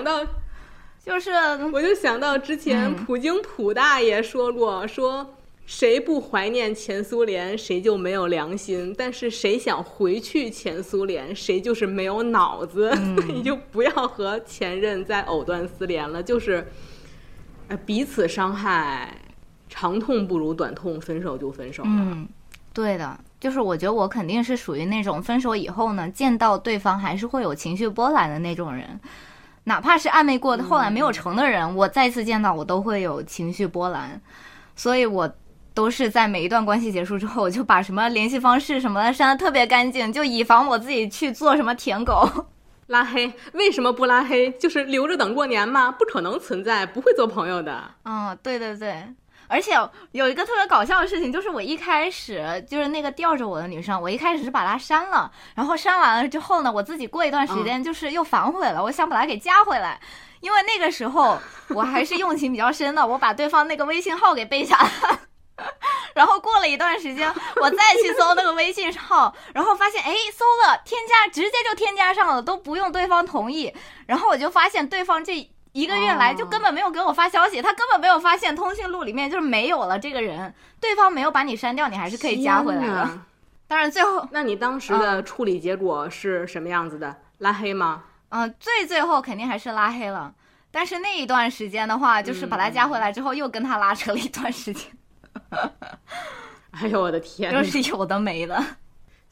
到之前普京普大爷说过，说谁不怀念前苏联谁就没有良心，但是谁想回去前苏联谁就是没有脑子你就不要和前任再藕断丝连了，就是彼此伤害，长痛不如短痛，分手就分手了。 对的，就是我觉得我肯定是属于那种分手以后呢，见到对方还是会有情绪波澜的那种人，哪怕是暧昧过的后来没有成的人，我再次见到我都会有情绪波澜，所以我都是在每一段关系结束之后，我就把什么联系方式什么的删得特别干净，就以防我自己去做什么舔狗。 拉黑？为什么不拉黑？就是留着等过年吗？不可能存在，不会做朋友的。 对对对。而且有一个特别搞笑的事情，就是我一开始就是那个吊着我的女生，我一开始是把她删了，然后删完了之后呢，我自己过一段时间就是又反悔了，我想把她给加回来，因为那个时候我还是用情比较深的，我把对方那个微信号给背下来然后过了一段时间我再去搜那个微信号，然后发现搜了添加，直接就添加上了，都不用对方同意，然后我就发现对方这1个月来就根本没有给我发消息，他根本没有发现通讯录里面就是没有了这个人，对方没有把你删掉，你还是可以加回来的。当然最后， 那你当时的处理结果是什么样子的？拉黑吗？ 最后肯定还是拉黑了，但是那一段时间的话，就是把他加回来之后又跟他拉扯了一段时间。 哎呦我的天， 就是有的没的。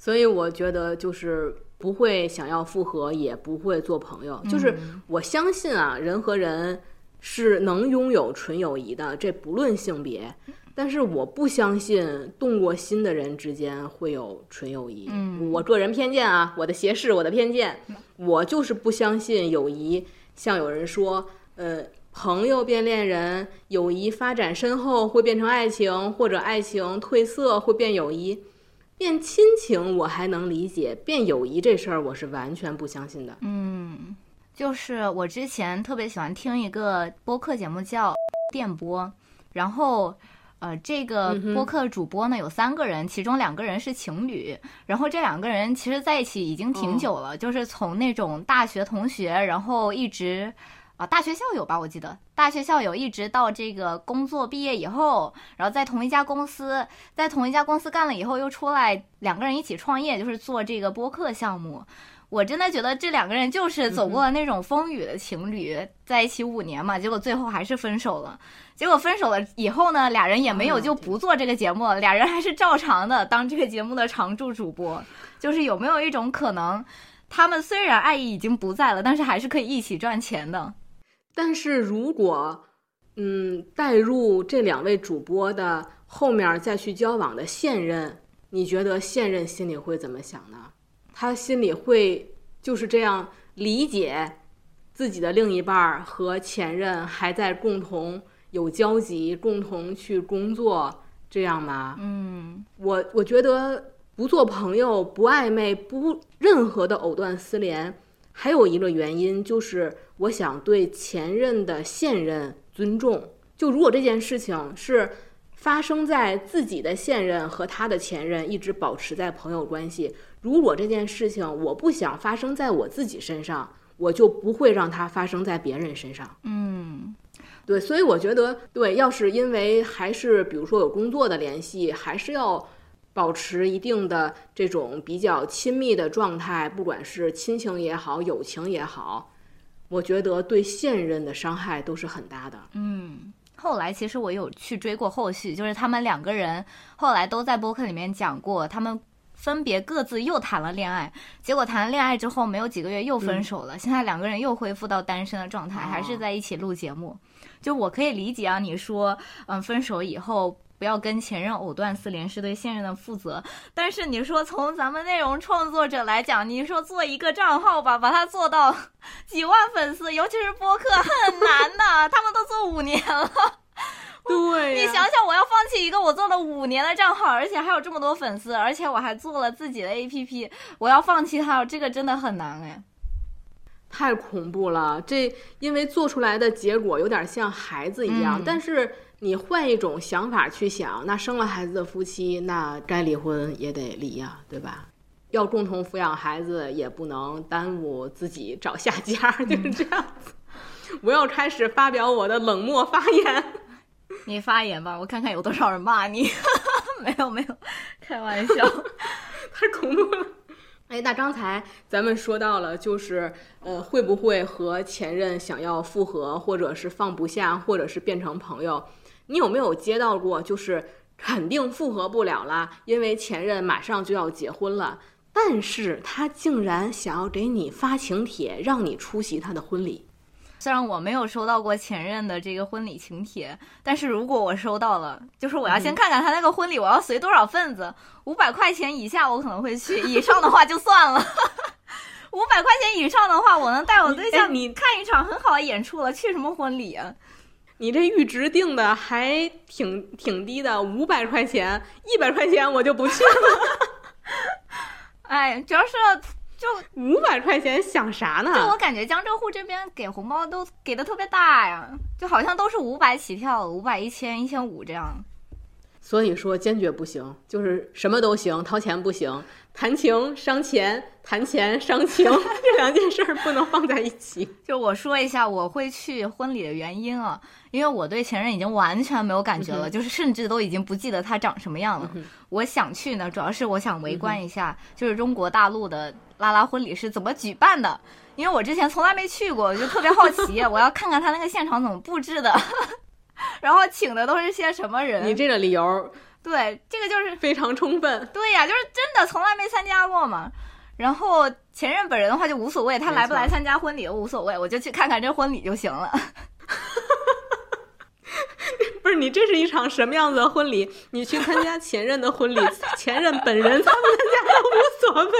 所以我觉得就是不会想要复合，也不会做朋友。就是我相信啊，人和人是能拥有纯友谊的，这不论性别。但是我不相信动过心的人之间会有纯友谊。我个人偏见啊，我的斜视，我的偏见，我就是不相信友谊。像有人说，朋友变恋人，友谊发展深厚会变成爱情，或者爱情褪色会变友谊。变亲情我还能理解，变友谊这事儿我是完全不相信的。 就是我之前特别喜欢听一个播客节目叫电波，然后这个播客主播呢有3个人，其中2个人是情侣，然后这2个人其实在一起已经挺久了，就是从那种大学同学，然后一直大学校友吧，我记得大学校友一直到这个工作毕业以后，然后在同一家公司干了以后又出来，2个人一起创业，就是做这个播客项目。我真的觉得这2个人就是走过了那种风雨的情侣，在一起5年嘛，结果最后还是分手了。结果分手了以后呢，2人也没有就不做这个节目了，2人还是照常的当这个节目的常驻主播。就是有没有一种可能，他们虽然爱意已经不在了，但是还是可以一起赚钱的？ 但是如果带入这2位主播的后面再去交往的现任，你觉得现任心里会怎么想呢？他心里会就是这样理解自己的另一半和前任还在共同有交集，共同去工作，这样吗？我觉得不做朋友，不暧昧，不任何的藕断丝连，还有一个原因就是我想对前任的现任尊重。就如果这件事情是发生在自己的现任和他的前任一直保持在朋友关系，如果这件事情我不想发生在我自己身上，我就不会让它发生在别人身上。对，所以我觉得对，要是因为还是比如说有工作的联系，还是要保持一定的这种比较亲密的状态，不管是亲情也好，友情也好，我觉得对现任的伤害都是很大的。 后来其实我有去追过后续，就是他们2个人后来都在播客里面讲过，他们分别各自又谈了恋爱，结果谈了恋爱之后没有几个月又分手了，现在2个人又恢复到单身的状态，还是在一起录节目。就我可以理解啊，你说分手以后不要跟前任藕断丝连是对现任的负责，但是你说从咱们内容创作者来讲，你说做一个账号吧，把它做到几万粉丝，尤其是播客很难的，他们都做5年了。 对， 你想想，我要放弃一个我做了5年的账号，而且还有这么多粉丝，而且我还做了自己的 APP， 我要放弃它，这个真的很难哎。 太恐怖了，这因为做出来的结果有点像孩子一样，但是你换一种想法去想，那生了孩子的夫妻，那该离婚也得离呀，对吧？要共同抚养孩子，也不能耽误自己找下家，就是这样子。我要开始发表我的冷漠发言。 你发言吧，我看看有多少人骂你。没有，开玩笑。 太恐怖了。那刚才咱们说到了，就是会不会和前任想要复合，或者是放不下，或者是变成朋友？你有没有接到过，就是肯定复合不了了，因为前任马上就要结婚了，但是他竟然想要给你发请帖，让你出席他的婚礼？ 虽然我没有收到过前任的这个婚礼请帖，但是如果我收到了，就是我要先看看他那个婚礼我要随多少份子，500块钱以下我可能会去，以上的话就算了。500块钱以上的话，我能带我对象你看一场很好的演出了，去什么婚礼啊？ 你这阈值定的还挺低的，500块钱，100块钱我就不去了。 哎，主要是就 500块钱想啥呢？ 就我感觉江浙沪这边给红包都给的特别大呀，就好像都是500起跳，500、1000、1500这样。 所以说坚决不行，就是什么都行，掏钱不行，谈情伤钱，谈钱伤情，这2件事不能放在一起。 就我说一下我会去婚礼的原因啊，因为我对前任已经完全没有感觉了，就是甚至都已经不记得他长什么样了。我想去呢，主要是我想围观一下，就是中国大陆的拉拉婚礼是怎么举办的，因为我之前从来没去过，我就特别好奇，我要看看他那个现场怎么布置的。然后请的都是些什么人？ 你这个理由对，这个就是非常充分。 对呀，就是真的从来没参加过嘛。然后前任本人的话就无所谓，他来不来参加婚礼都无所谓，我就去看看这婚礼就行了。 不是，你这是一场什么样子的婚礼？你去参加前任的婚礼，前任本人参不参加都无所谓。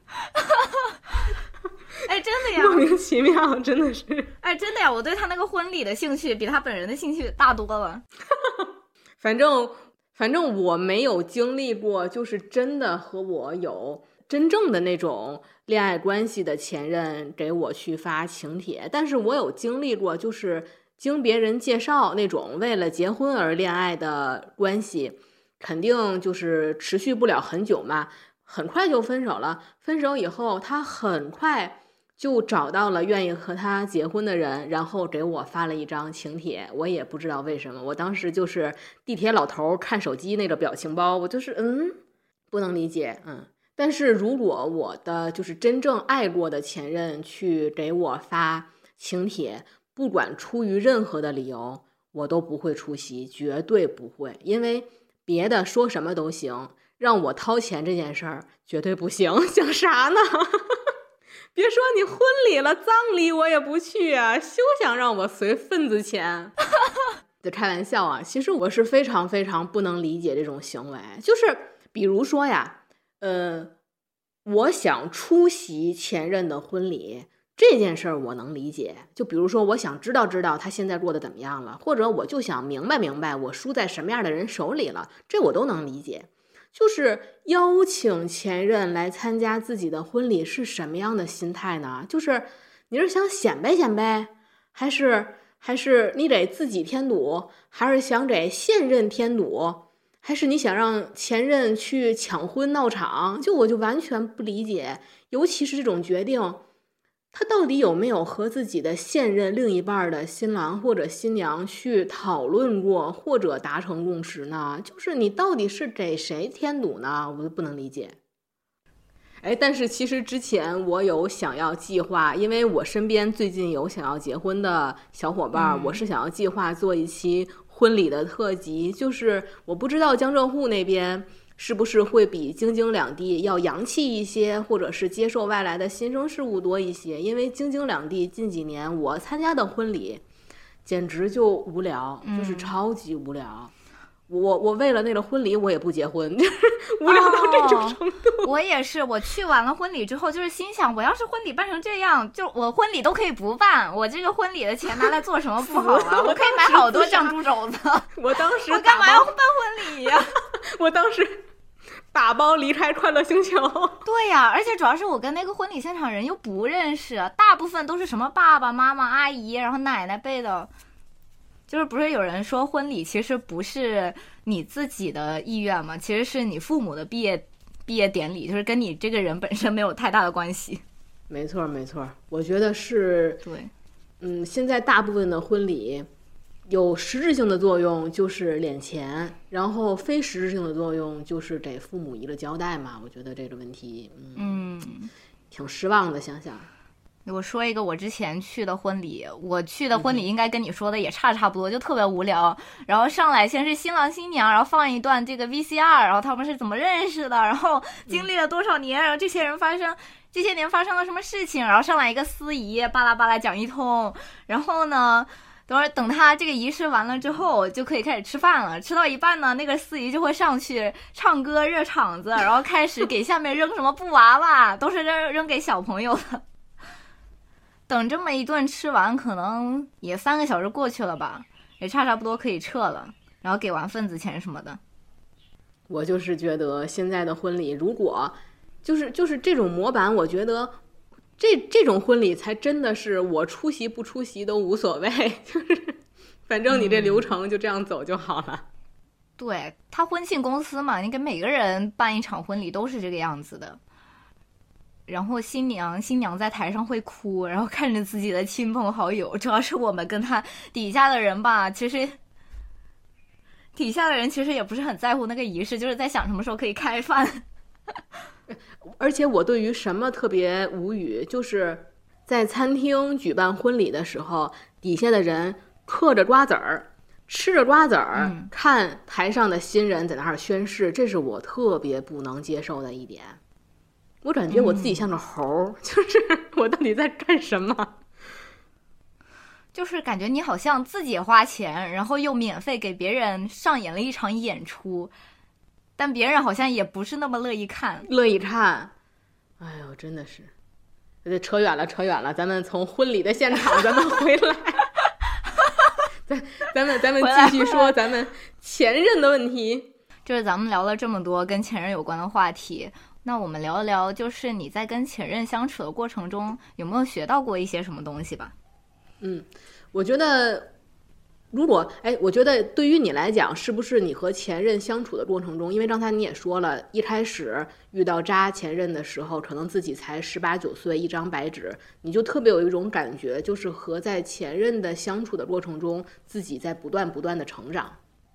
哎，真的呀， 莫名其妙，真的是。 哎，真的呀，我对他那个婚礼的兴趣比他本人的兴趣大多了。 反正我没有经历过，就是真的和我有真正的那种恋爱关系的前任给我去发请帖，但是我有经历过，就是经别人介绍那种为了结婚而恋爱的关系，肯定就是持续不了很久嘛，很快就分手了。分手以后，他很快就找到了愿意和他结婚的人，然后给我发了一张请帖。我也不知道为什么，我当时就是地铁老头看手机那个表情包，我就是不能理解。但是如果我的就是真正爱过的前任去给我发请帖，不管出于任何的理由，我都不会出席，绝对不会。因为别的说什么都行，让我掏钱这件事儿绝对不行。想啥呢？别说你婚礼了，葬礼我也不去啊，休想让我随份子钱。就开玩笑啊，其实我是非常非常不能理解这种行为。就是比如说呀，我想出席前任的婚礼这件事儿我能理解，就比如说我想知道他现在过得怎么样了，或者我就想明白我输在什么样的人手里了，这我都能理解。就是邀请前任来参加自己的婚礼是什么样的心态呢？就是你是想显摆，还是你给自己添堵，还是想给现任添堵，还是你想让前任去抢婚闹场？我就完全不理解，尤其是这种决定，他到底有没有和自己的现任另一半的新郎或者新娘去讨论过，或者达成共识呢？就是你到底是给谁添堵呢？我就不能理解。但是其实之前我有想要计划，因为我身边最近有想要结婚的小伙伴，我是想要计划做一期婚礼的特辑。就是我不知道江浙沪那边是不是会比京津两地要洋气一些，或者是接受外来的新生事物多一些。因为京津两地近几年我参加的婚礼简直就无聊，就是超级无聊。我为了那个婚礼我也不结婚，就是无聊到这种程度。 我也是，我去完了婚礼之后，就是心想，我要是婚礼办成这样，就我婚礼都可以不办，我这个婚礼的钱拿来做什么不好啊？我可以买好多酱猪肘子。 我当时我干嘛要办婚礼呀？ 我当时打包离开快乐星球。 对呀，而且主要是我跟那个婚礼现场人又不认识，大部分都是什么爸爸妈妈阿姨然后奶奶辈的。就是不是有人说婚礼其实不是你自己的意愿吗？其实是你父母的毕业典礼，就是跟你这个人本身没有太大的关系。 没错，我觉得是对。 现在大部分的婚礼有实质性的作用就是敛钱，然后非实质性的作用就是给父母一个交代嘛。我觉得这个问题挺失望的。想想我说一个我之前去的婚礼，我去的婚礼应该跟你说的也差不多，就特别无聊。然后上来先是新郎新娘，然后放一段这个 VCR， 然后他们是怎么认识的，然后经历了多少年，然后这些年发生了什么事情，然后上来一个司仪巴拉巴拉讲一通，然后呢等他这个仪式完了之后就可以开始吃饭了。吃到一半呢，那个司仪就会上去唱歌热场子，然后开始给下面扔什么布娃娃，都是扔给小朋友的。等这么一顿吃完，可能也3个小时过去了吧，也差不多可以撤了，然后给完份子钱什么的。 我就是觉得现在的婚礼，如果就是这种模板，我觉得这种婚礼才真的是我出席不出席都无所谓，就是反正你这流程就这样走就好了。 对，他婚庆公司嘛，你给每个人办一场婚礼都是这个样子的。然后新娘在台上会哭，然后看着自己的亲朋好友，主要是我们跟他底下的人吧，其实底下的人其实也不是很在乎那个仪式，就是在想什么时候可以开饭。 而且我对于什么特别无语，就是在餐厅举办婚礼的时候，底下的人嗑着瓜子儿， 吃着瓜子儿，看台上的新人在那儿宣誓，这是我特别不能接受的一点。我感觉我自己像个猴，就是我到底在干什么？ 就是感觉你好像自己花钱，然后又免费给别人上演了一场演出，但别人好像也不是那么乐意看。 哎呦，真的是，扯远了，咱们从婚礼的现场咱们回来。咱们继续说咱们前任的问题。 就是咱们聊了这么多跟前任有关的话题，那我们聊一聊，就是你在跟前任相处的过程中，有没有学到过一些什么东西吧？ 我觉得我觉得对于你来讲，是不是你和前任相处的过程中，因为刚才你也说了，一开始遇到渣前任的时候，可能自己才18、19岁，一张白纸，你就特别有一种感觉，就是和在前任的相处的过程中，自己在不断的成长。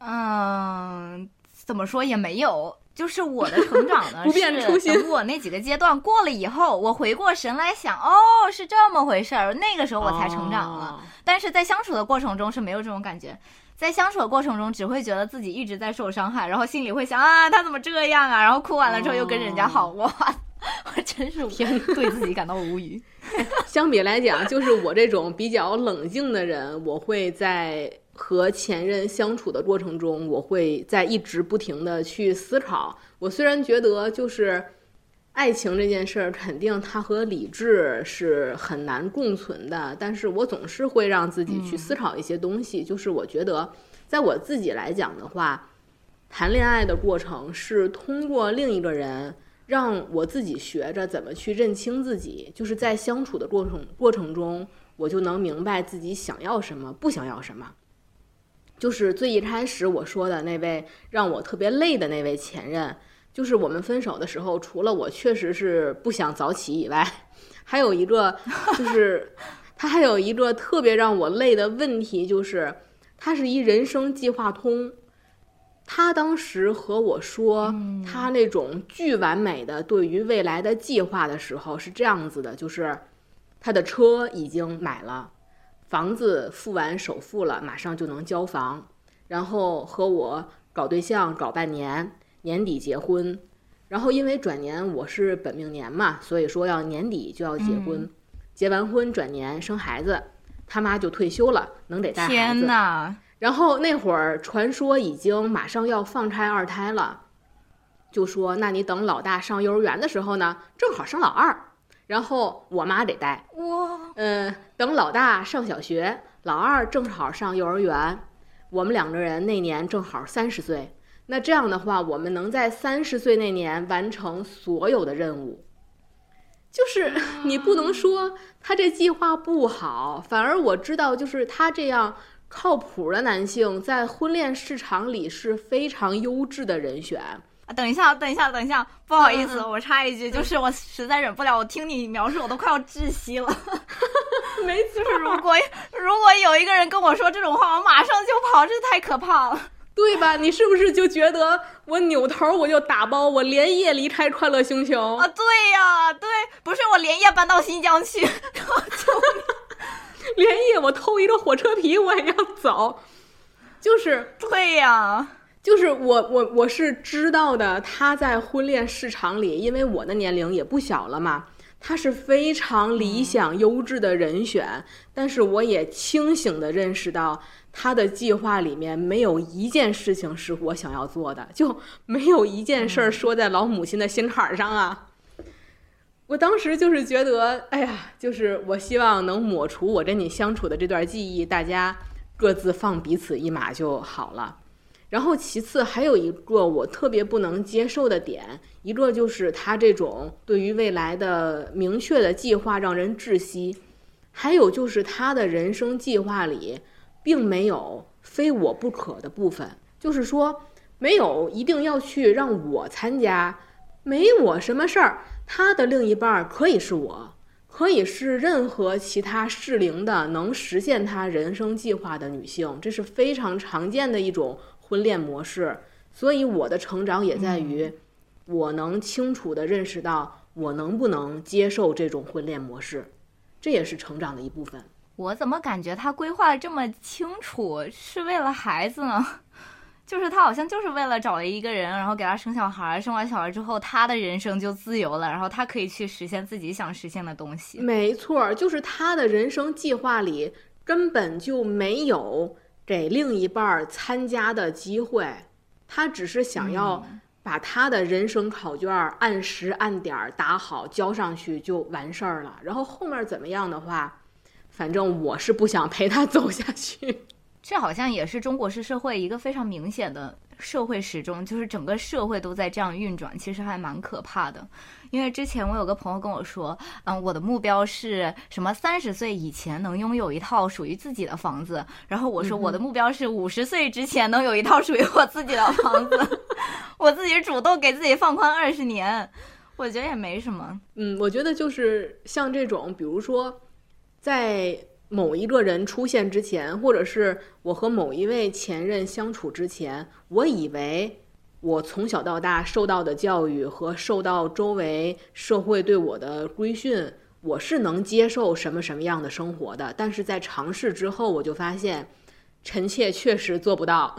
怎么说也没有，就是我的成长呢， 不变初心。 等我那几个阶段过了以后，我回过神来想，是这么回事儿，那个时候我才成长了。但是在相处的过程中是没有这种感觉，在相处的过程中只会觉得自己一直在受伤害，然后心里会想他怎么这样啊，然后哭完了之后又跟人家好，哇，我真是对自己感到无语。 相比来讲，就是我这种比较冷静的人，我会在和前任相处的过程中，我会在一直不停的去思考。我虽然觉得就是爱情这件事儿，肯定它和理智是很难共存的，但是我总是会让自己去思考一些东西。就是我觉得在我自己来讲的话，谈恋爱的过程是通过另一个人让我自己学着怎么去认清自己，就是在相处的过程中，我就能明白自己想要什么，不想要什么。就是最一开始我说的那位让我特别累的那位前任，就是我们分手的时候，除了我确实是不想早起以外，还有一个就是他还有一个特别让我累的问题，就是他是一人生计划通。他当时和我说他那种巨完美的对于未来的计划的时候是这样子的，就是他的车已经买了，房子付完首付了，马上就能交房，然后和我搞对象搞半年，年底结婚，然后因为转年我是本命年嘛，所以说要年底就要结婚，结完婚转年生孩子，他妈就退休了，能得带孩子。 天哪！ 然后那会儿传说已经马上要放开2胎了，就说那你等老大上幼儿园的时候呢，正好生老二，然后我妈得带。等老大上小学，老二正好上幼儿园，我们2个人那年正好30岁。那这样的话，我们能在30岁那年完成所有的任务。就是你不能说他这计划不好，反而我知道，就是他这样靠谱的男性在婚恋市场里是非常优质的人选。 等一下，不好意思，我插一句，就是我实在忍不了，我听你描述我都快要窒息了。 没错， 就是如果有一个人跟我说这种话，我马上就跑，这太可怕了， 对吧？你是不是就觉得我扭头我就打包，我连夜离开快乐星球啊？对呀，对，不是我连夜搬到新疆去，然后就连夜我偷一个火车皮我也要走，就是对呀。 就是我是知道的，他在婚恋市场里，因为我的年龄也不小了嘛，他是非常理想优质的人选，但是我也清醒地认识到他的计划里面没有一件事情是我想要做的，就没有一件事儿说在老母亲的心坎上啊。我当时就是觉得，哎呀，就是我希望能抹除我跟你相处的这段记忆，大家各自放彼此一马就好了。然后其次还有一个我特别不能接受的点，一个就是他这种对于未来的明确的计划让人窒息，还有就是他的人生计划里并没有非我不可的部分，就是说没有一定要去让我参加，没我什么事儿，他的另一半可以是我，可以是任何其他适龄的能实现他人生计划的女性，这是非常常见的一种婚恋模式。所以我的成长也在于我能清楚地认识到我能不能接受这种婚恋模式，这也是成长的一部分。 我怎么感觉他规划的这么清楚，是为了孩子呢？就是他好像就是为了找了一个人，然后给他生小孩，生完小孩之后，他的人生就自由了，然后他可以去实现自己想实现的东西。 没错，就是他的人生计划里根本就没有给另一半参加的机会，他只是想要把他的人生考卷按时按点打好，交上去就完事儿了。然后后面怎么样的话，反正我是不想陪他走下去。 这好像也是中国式社会一个非常明显的社会时钟，就是整个社会都在这样运转，其实还蛮可怕的。因为之前我有个朋友跟我说，我的目标是什么30岁以前能拥有一套属于自己的房子，然后我说我的目标是50岁之前能有一套属于我自己的房子，我自己主动给自己放宽20年，我觉得也没什么。 我觉得就是像这种，比如说在某一个人出现之前，或者是我和某一位前任相处之前，我以为我从小到大受到的教育和受到周围社会对我的规训，我是能接受什么什么样的生活的。但是在尝试之后，我就发现臣妾确实做不到，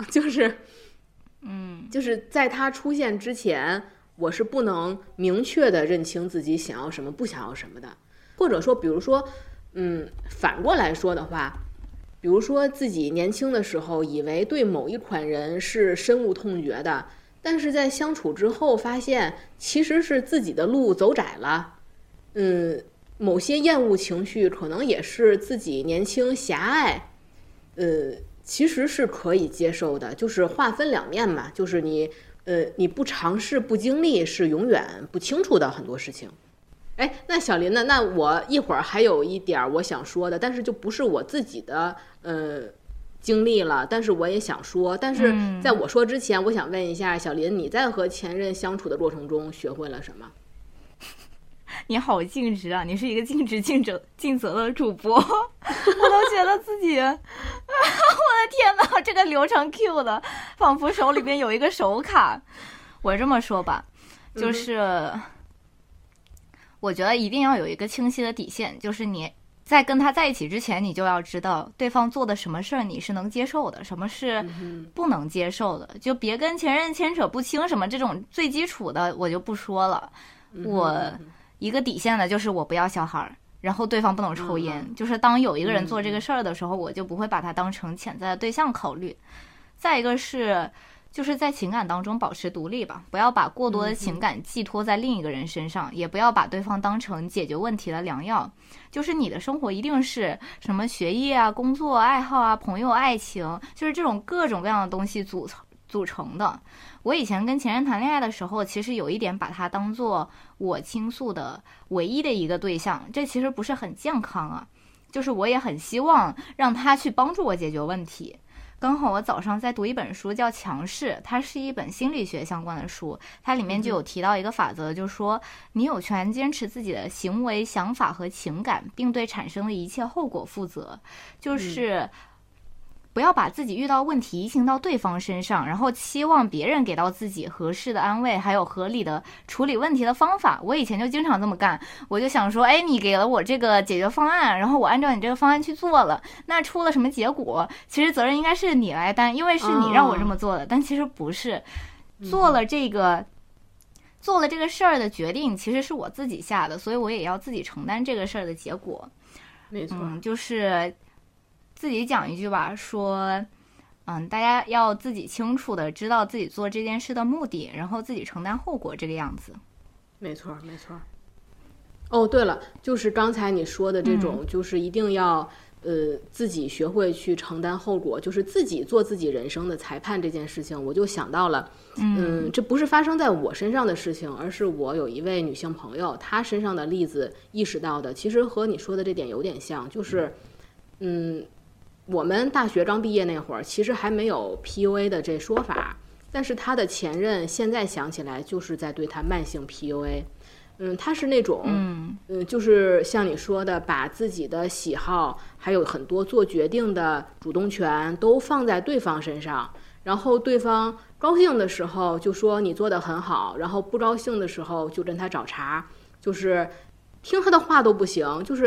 就是在他出现之前，我是不能明确的认清自己想要什么不想要什么的。或者说比如说反过来说的话，比如说自己年轻的时候以为对某一款人是深恶痛绝的，但是在相处之后发现其实是自己的路走窄了。某些厌恶情绪可能也是自己年轻狭隘，其实是可以接受的，就是划分两面嘛，就是你不尝试不经历是永远不清楚的很多事情。那小林呢？那我一会儿还有一点我想说的，但是就不是我自己的经历了，但是我也想说。但是在我说之前，我想问一下小林，你在和前任相处的过程中学会了什么？ 你好尽职啊！你是一个尽职尽责的主播，我都觉得自己，我的天哪，这个流程 Q 的，仿佛手里边有一个手卡。我这么说吧，就是我觉得一定要有一个清晰的底线，就是你在跟他在一起之前，你就要知道对方做的什么事儿你是能接受的，什么是不能接受的，就别跟前任牵扯不清什么这种最基础的我就不说了。我一个底线的就是我不要小孩，然后对方不能抽烟，就是当有一个人做这个事儿的时候，我就不会把他当成潜在的对象考虑。再一个是就是在情感当中保持独立吧，不要把过多的情感寄托在另一个人身上，也不要把对方当成解决问题的良药。就是你的生活一定是什么学业啊、工作、爱好啊、朋友、爱情，就是这种各种各样的东西组成的。我以前跟前任谈恋爱的时候，其实有一点把他当做我倾诉的唯一的一个对象，这其实不是很健康啊。就是我也很希望让他去帮助我解决问题。刚好我早上在读一本书叫《强势》，它是一本心理学相关的书，它里面就有提到一个法则，就是说你有权坚持自己的行为、想法和情感，并对产生的一切后果负责。就是不要把自己遇到问题移行到对方身上，然后期望别人给到自己合适的安慰，还有合理的处理问题的方法。我以前就经常这么干，我就想说，你给了我这个解决方案，然后我按照你这个方案去做了，那出了什么结果，其实责任应该是你来担，因为是你让我这么做的。但其实不是，做了这个事儿的决定其实是我自己下的，所以我也要自己承担这个事儿的结果。 没错， 就是自己讲一句吧，说大家要自己清楚的知道自己做这件事的目的，然后自己承担后果，这个样子。 没错没错。哦，对了，就是刚才你说的这种，就是一定要自己学会去承担后果，就是自己做自己人生的裁判这件事情，我就想到了，这不是发生在我身上的事情，而是我有一位女性朋友，她身上的例子意识到的，其实和你说的这点有点像，就是我们大学刚毕业那会儿，其实还没有 PUA 的这说法，但是他的前任现在想起来就是在对他慢性 PUA。他是那种，就是像你说的，把自己的喜好还有很多做决定的主动权都放在对方身上，然后对方高兴的时候就说你做得很好，然后不高兴的时候就跟他找茬，就是听他的话都不行，就是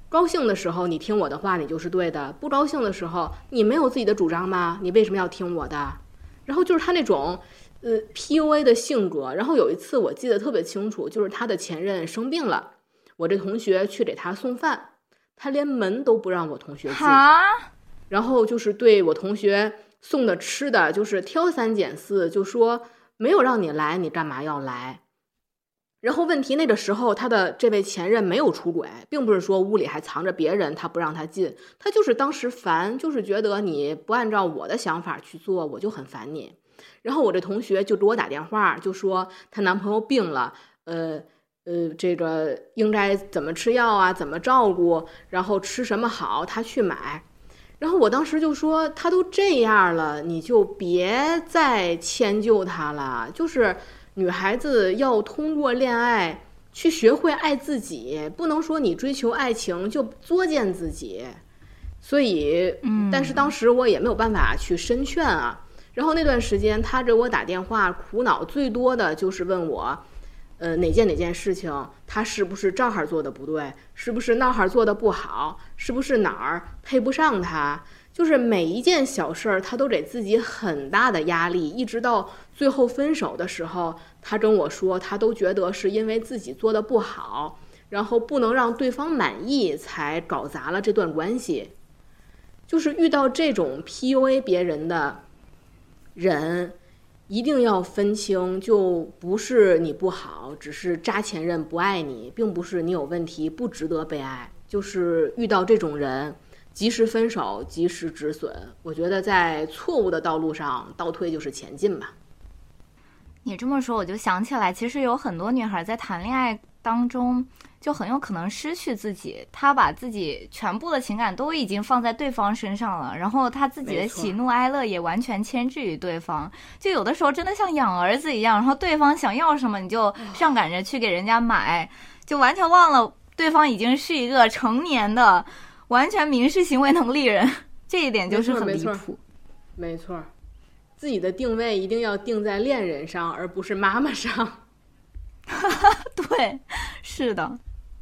高兴的时候你听我的话，你就是对的；不高兴的时候，你没有自己的主张吗？你为什么要听我的？然后就是他那种PUA 的性格。然后有一次我记得特别清楚，就是他的前任生病了，我这同学去给他送饭，他连门都不让我同学进，然后就是对我同学送的吃的就是挑三拣四，就说没有让你来，你干嘛要来？然后问题那个时候他的这位前任没有出轨，并不是说屋里还藏着别人他不让他进，他就是当时烦，就是觉得你不按照我的想法去做，我就很烦你。然后我这同学就给我打电话，就说她男朋友病了，这个应该怎么吃药啊，怎么照顾，然后吃什么好，他去买。然后我当时就说，他都这样了，你就别再迁就他了。就是女孩子要通过恋爱去学会爱自己，不能说你追求爱情就作践自己。所以，但是当时我也没有办法去深劝啊。然后那段时间，他给我打电话，苦恼最多的就是问我，哪件事情他是不是这儿做的不对，是不是那儿做的不好，是不是哪儿配不上他，就是每一件小事儿他都给自己很大的压力，一直到最后分手的时候，他跟我说他都觉得是因为自己做的不好，然后不能让对方满意才搞砸了这段关系。就是遇到这种 PUA 别人的人，一定要分清，就不是你不好，只是渣前任不爱你，并不是你有问题不值得被爱。就是遇到这种人，及时分手，及时止损。我觉得在错误的道路上倒退就是前进吧。 你这么说我就想起来，其实有很多女孩在谈恋爱当中就很有可能失去自己，她把自己全部的情感都已经放在对方身上了，然后她自己的喜怒哀乐也完全牵制于对方，就有的时候真的像养儿子一样，然后对方想要什么你就上赶着去给人家买，就完全忘了对方已经是一个成年的完全民事行为能力人，这一点就是很离谱。 没错，自己的定位一定要定在恋人上，而不是妈妈上。 对，是的。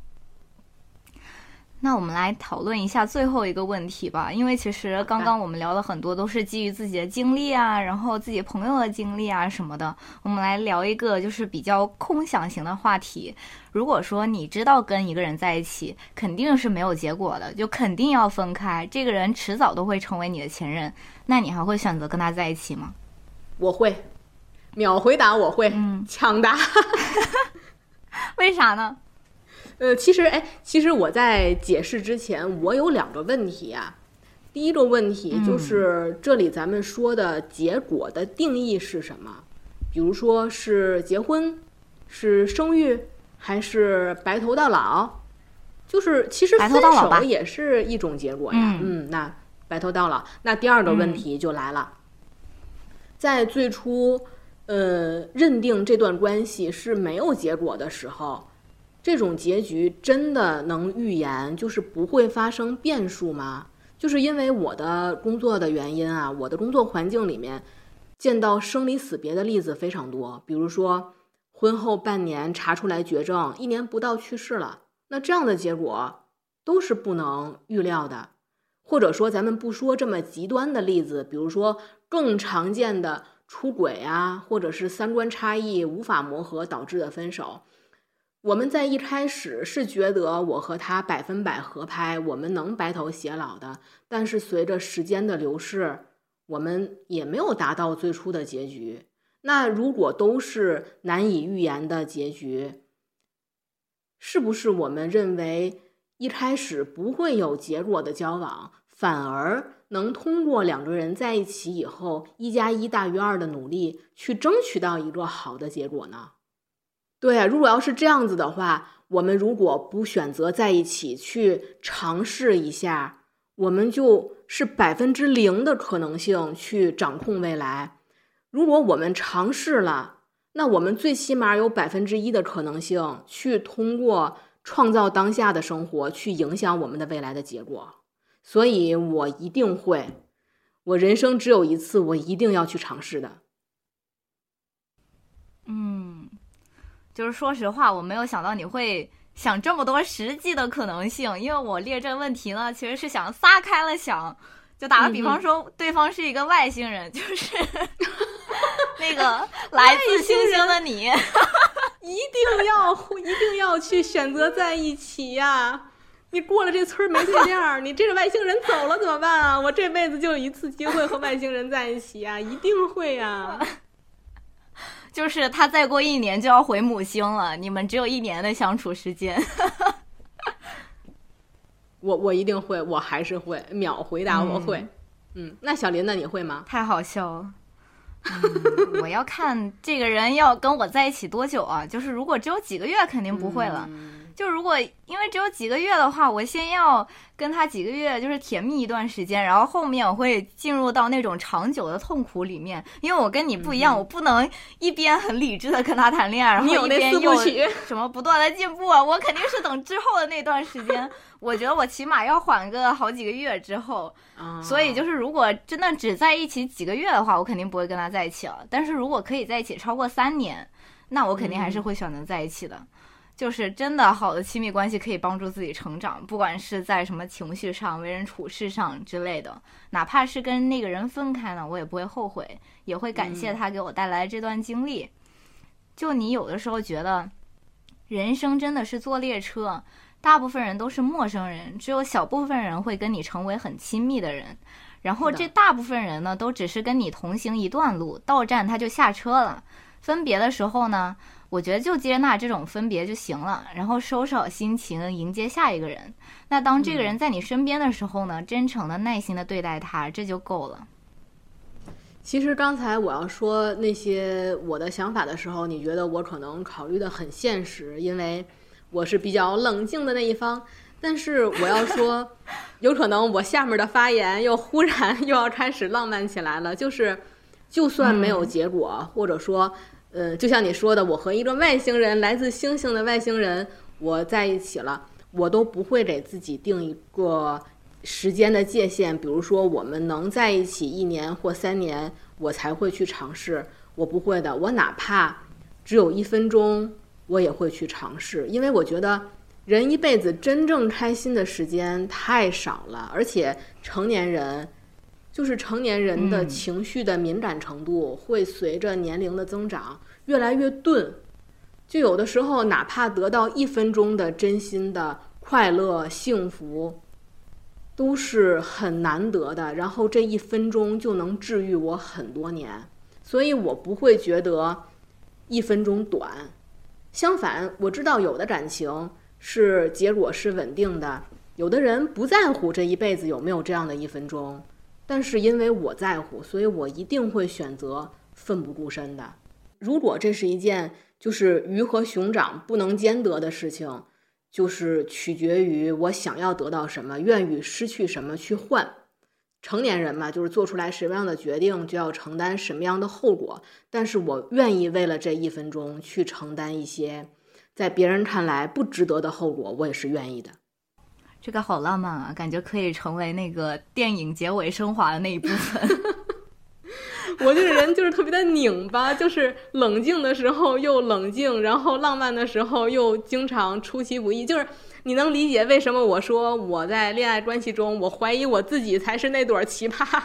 那我们来讨论一下最后一个问题吧，因为其实刚刚我们聊了很多都是基于自己的经历啊，然后自己朋友的经历啊什么的，我们来聊一个就是比较空想型的话题。如果说你知道跟一个人在一起肯定是没有结果的，就肯定要分开，这个人迟早都会成为你的前任，那你还会选择跟他在一起吗？ 我会，秒回答我会，抢答。 为啥呢？ 其实我在解释之前，我有2个问题啊。第一个问题就是这里咱们说的结果的定义是什么？比如说是结婚，是生育，还是白头到老？就是其实分手也是一种结果呀。那白头到老。那第2个问题就来了，在最初认定这段关系是没有结果的时候，这种结局真的能预言就是不会发生变数吗？就是因为我的工作的原因啊，我的工作环境里面见到生离死别的例子非常多。比如说婚后半年查出来绝症，1年不到去世了，那这样的结果都是不能预料的。或者说咱们不说这么极端的例子，比如说更常见的出轨啊，或者是3观差异无法磨合导致的分手，我们在一开始是觉得我和他100%合拍，我们能白头偕老的，但是随着时间的流逝，我们也没有达到最初的结局。那如果都是难以预言的结局，是不是我们认为一开始不会有结果的交往，反而能通过2个人在一起以后1+1大于2的努力去争取到一个好的结果呢？对啊，如果要是这样子的话，我们如果不选择在一起去尝试一下，我们就是0%的可能性去掌控未来。如果我们尝试了，那我们最起码有1%的可能性去通过创造当下的生活去影响我们的未来的结果。所以我一定会，我人生只有一次，我一定要去尝试的。 就是说实话，我没有想到你会想这么多实际的可能性，因为我列这个问题呢，其实是想撒开了想。就打个比方说，对方是一个外星人，就是那个来自星星的你， 一定要去选择在一起呀！你过了这村没对象，你这个外星人走了怎么办啊？我这辈子就有一次机会和外星人在一起啊，一定会呀！ 就是他再过1年就要回母星了，你们只有1年的相处时间。 我一定会，我还是会秒回答我会。那小林呢？你会吗？ 太好笑了。我要看这个人要跟我在一起多久啊？就是如果只有几个月，肯定不会了。就如果因为只有几个月的话，我先要跟他几个月就是甜蜜一段时间，然后后面我会进入到那种长久的痛苦里面。因为我跟你不一样，我不能一边很理智的跟他谈恋爱，然后一边又什么不断的进步啊，我肯定是等之后的那段时间。我觉得我起码要缓个好几个月之后，所以就是如果真的只在一起几个月的话，我肯定不会跟他在一起了。但是如果可以在一起超过3年，那我肯定还是会选择在一起的。就是真的好的亲密关系可以帮助自己成长，不管是在什么情绪上、为人处事上之类的，哪怕是跟那个人分开呢，我也不会后悔，也会感谢他给我带来这段经历。就你有的时候觉得人生真的是坐列车，大部分人都是陌生人，只有小部分人会跟你成为很亲密的人，然后这大部分人呢都只是跟你同行一段路，到站他就下车了。分别的时候呢，我觉得就接纳这种分别就行了，然后收拾好心情迎接下一个人。那当这个人在你身边的时候呢，真诚的耐心的对待他，这就够了。 其实刚才我要说那些我的想法的时候，你觉得我可能考虑的很现实，因为我是比较冷静的那一方。但是我要说有可能我下面的发言又忽然又要开始浪漫起来了，就是就算没有结果，或者说就像你说的，我和一个外星人，来自星星的外星人我在一起了，我都不会给自己定一个时间的界限，比如说我们能在一起1年或3年我才会去尝试，我不会的。我哪怕只有1分钟我也会去尝试，因为我觉得人一辈子真正开心的时间太少了，而且成年人的情绪的敏感程度会随着年龄的增长越来越钝，就有的时候哪怕得到1分钟的真心的快乐幸福都是很难得的，然后这1分钟就能治愈我很多年，所以我不会觉得1分钟短。相反，我知道有的感情是结果是稳定的，有的人不在乎这一辈子有没有这样的1分钟，但是因为我在乎，所以我一定会选择奋不顾身的。如果这是一件就是鱼和熊掌不能兼得的事情，就是取决于我想要得到什么，愿与失去什么去换。成年人嘛，就是做出来什么样的决定就要承担什么样的后果，但是我愿意为了这1分钟去承担一些在别人看来不值得的后果，我也是愿意的。 这个好浪漫啊，感觉可以成为那个电影结尾升华的那一部分。 我这个人就是特别的拧巴，就是冷静的时候又冷静，然后浪漫的时候又经常出其不意。就是你能理解为什么我说我在恋爱关系中，我怀疑我自己才是那朵奇葩。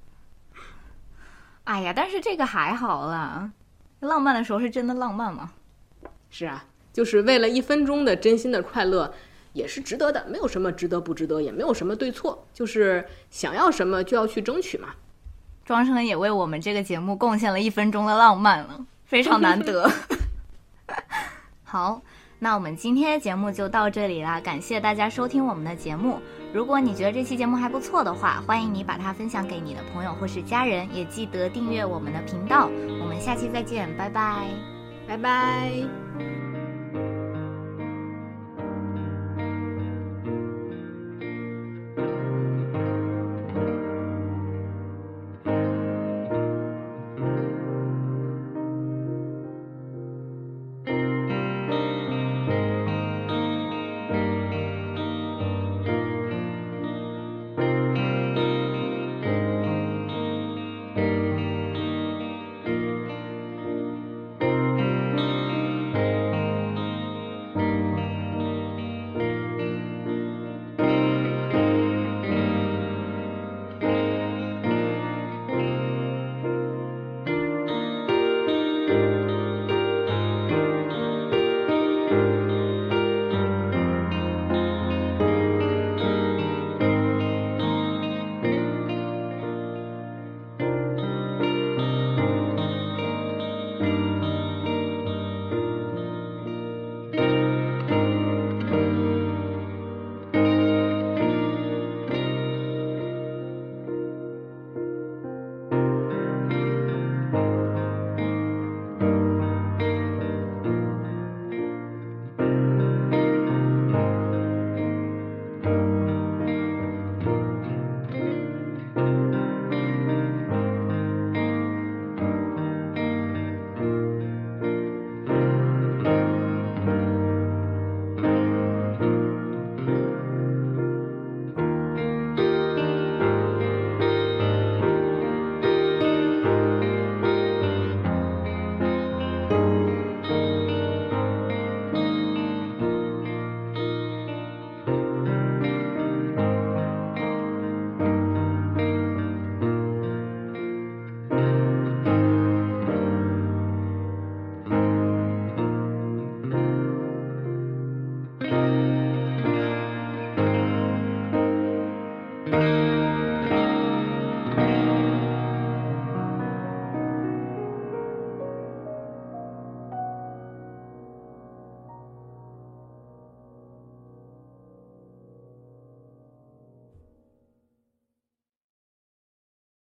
哎呀，但是这个还好啦，浪漫的时候是真的浪漫嘛。 是啊，就是为了1分钟的真心的快乐也是值得的，没有什么值得不值得，也没有什么对错，就是想要什么就要去争取嘛。 庄生也为我们这个节目贡献了1分钟的浪漫了，非常难得。好，那我们今天的节目就到这里啦，感谢大家收听我们的节目。如果你觉得这期节目还不错的话，欢迎你把它分享给你的朋友或是家人，也记得订阅我们的频道。我们下期再见，拜拜， 拜拜。 拜。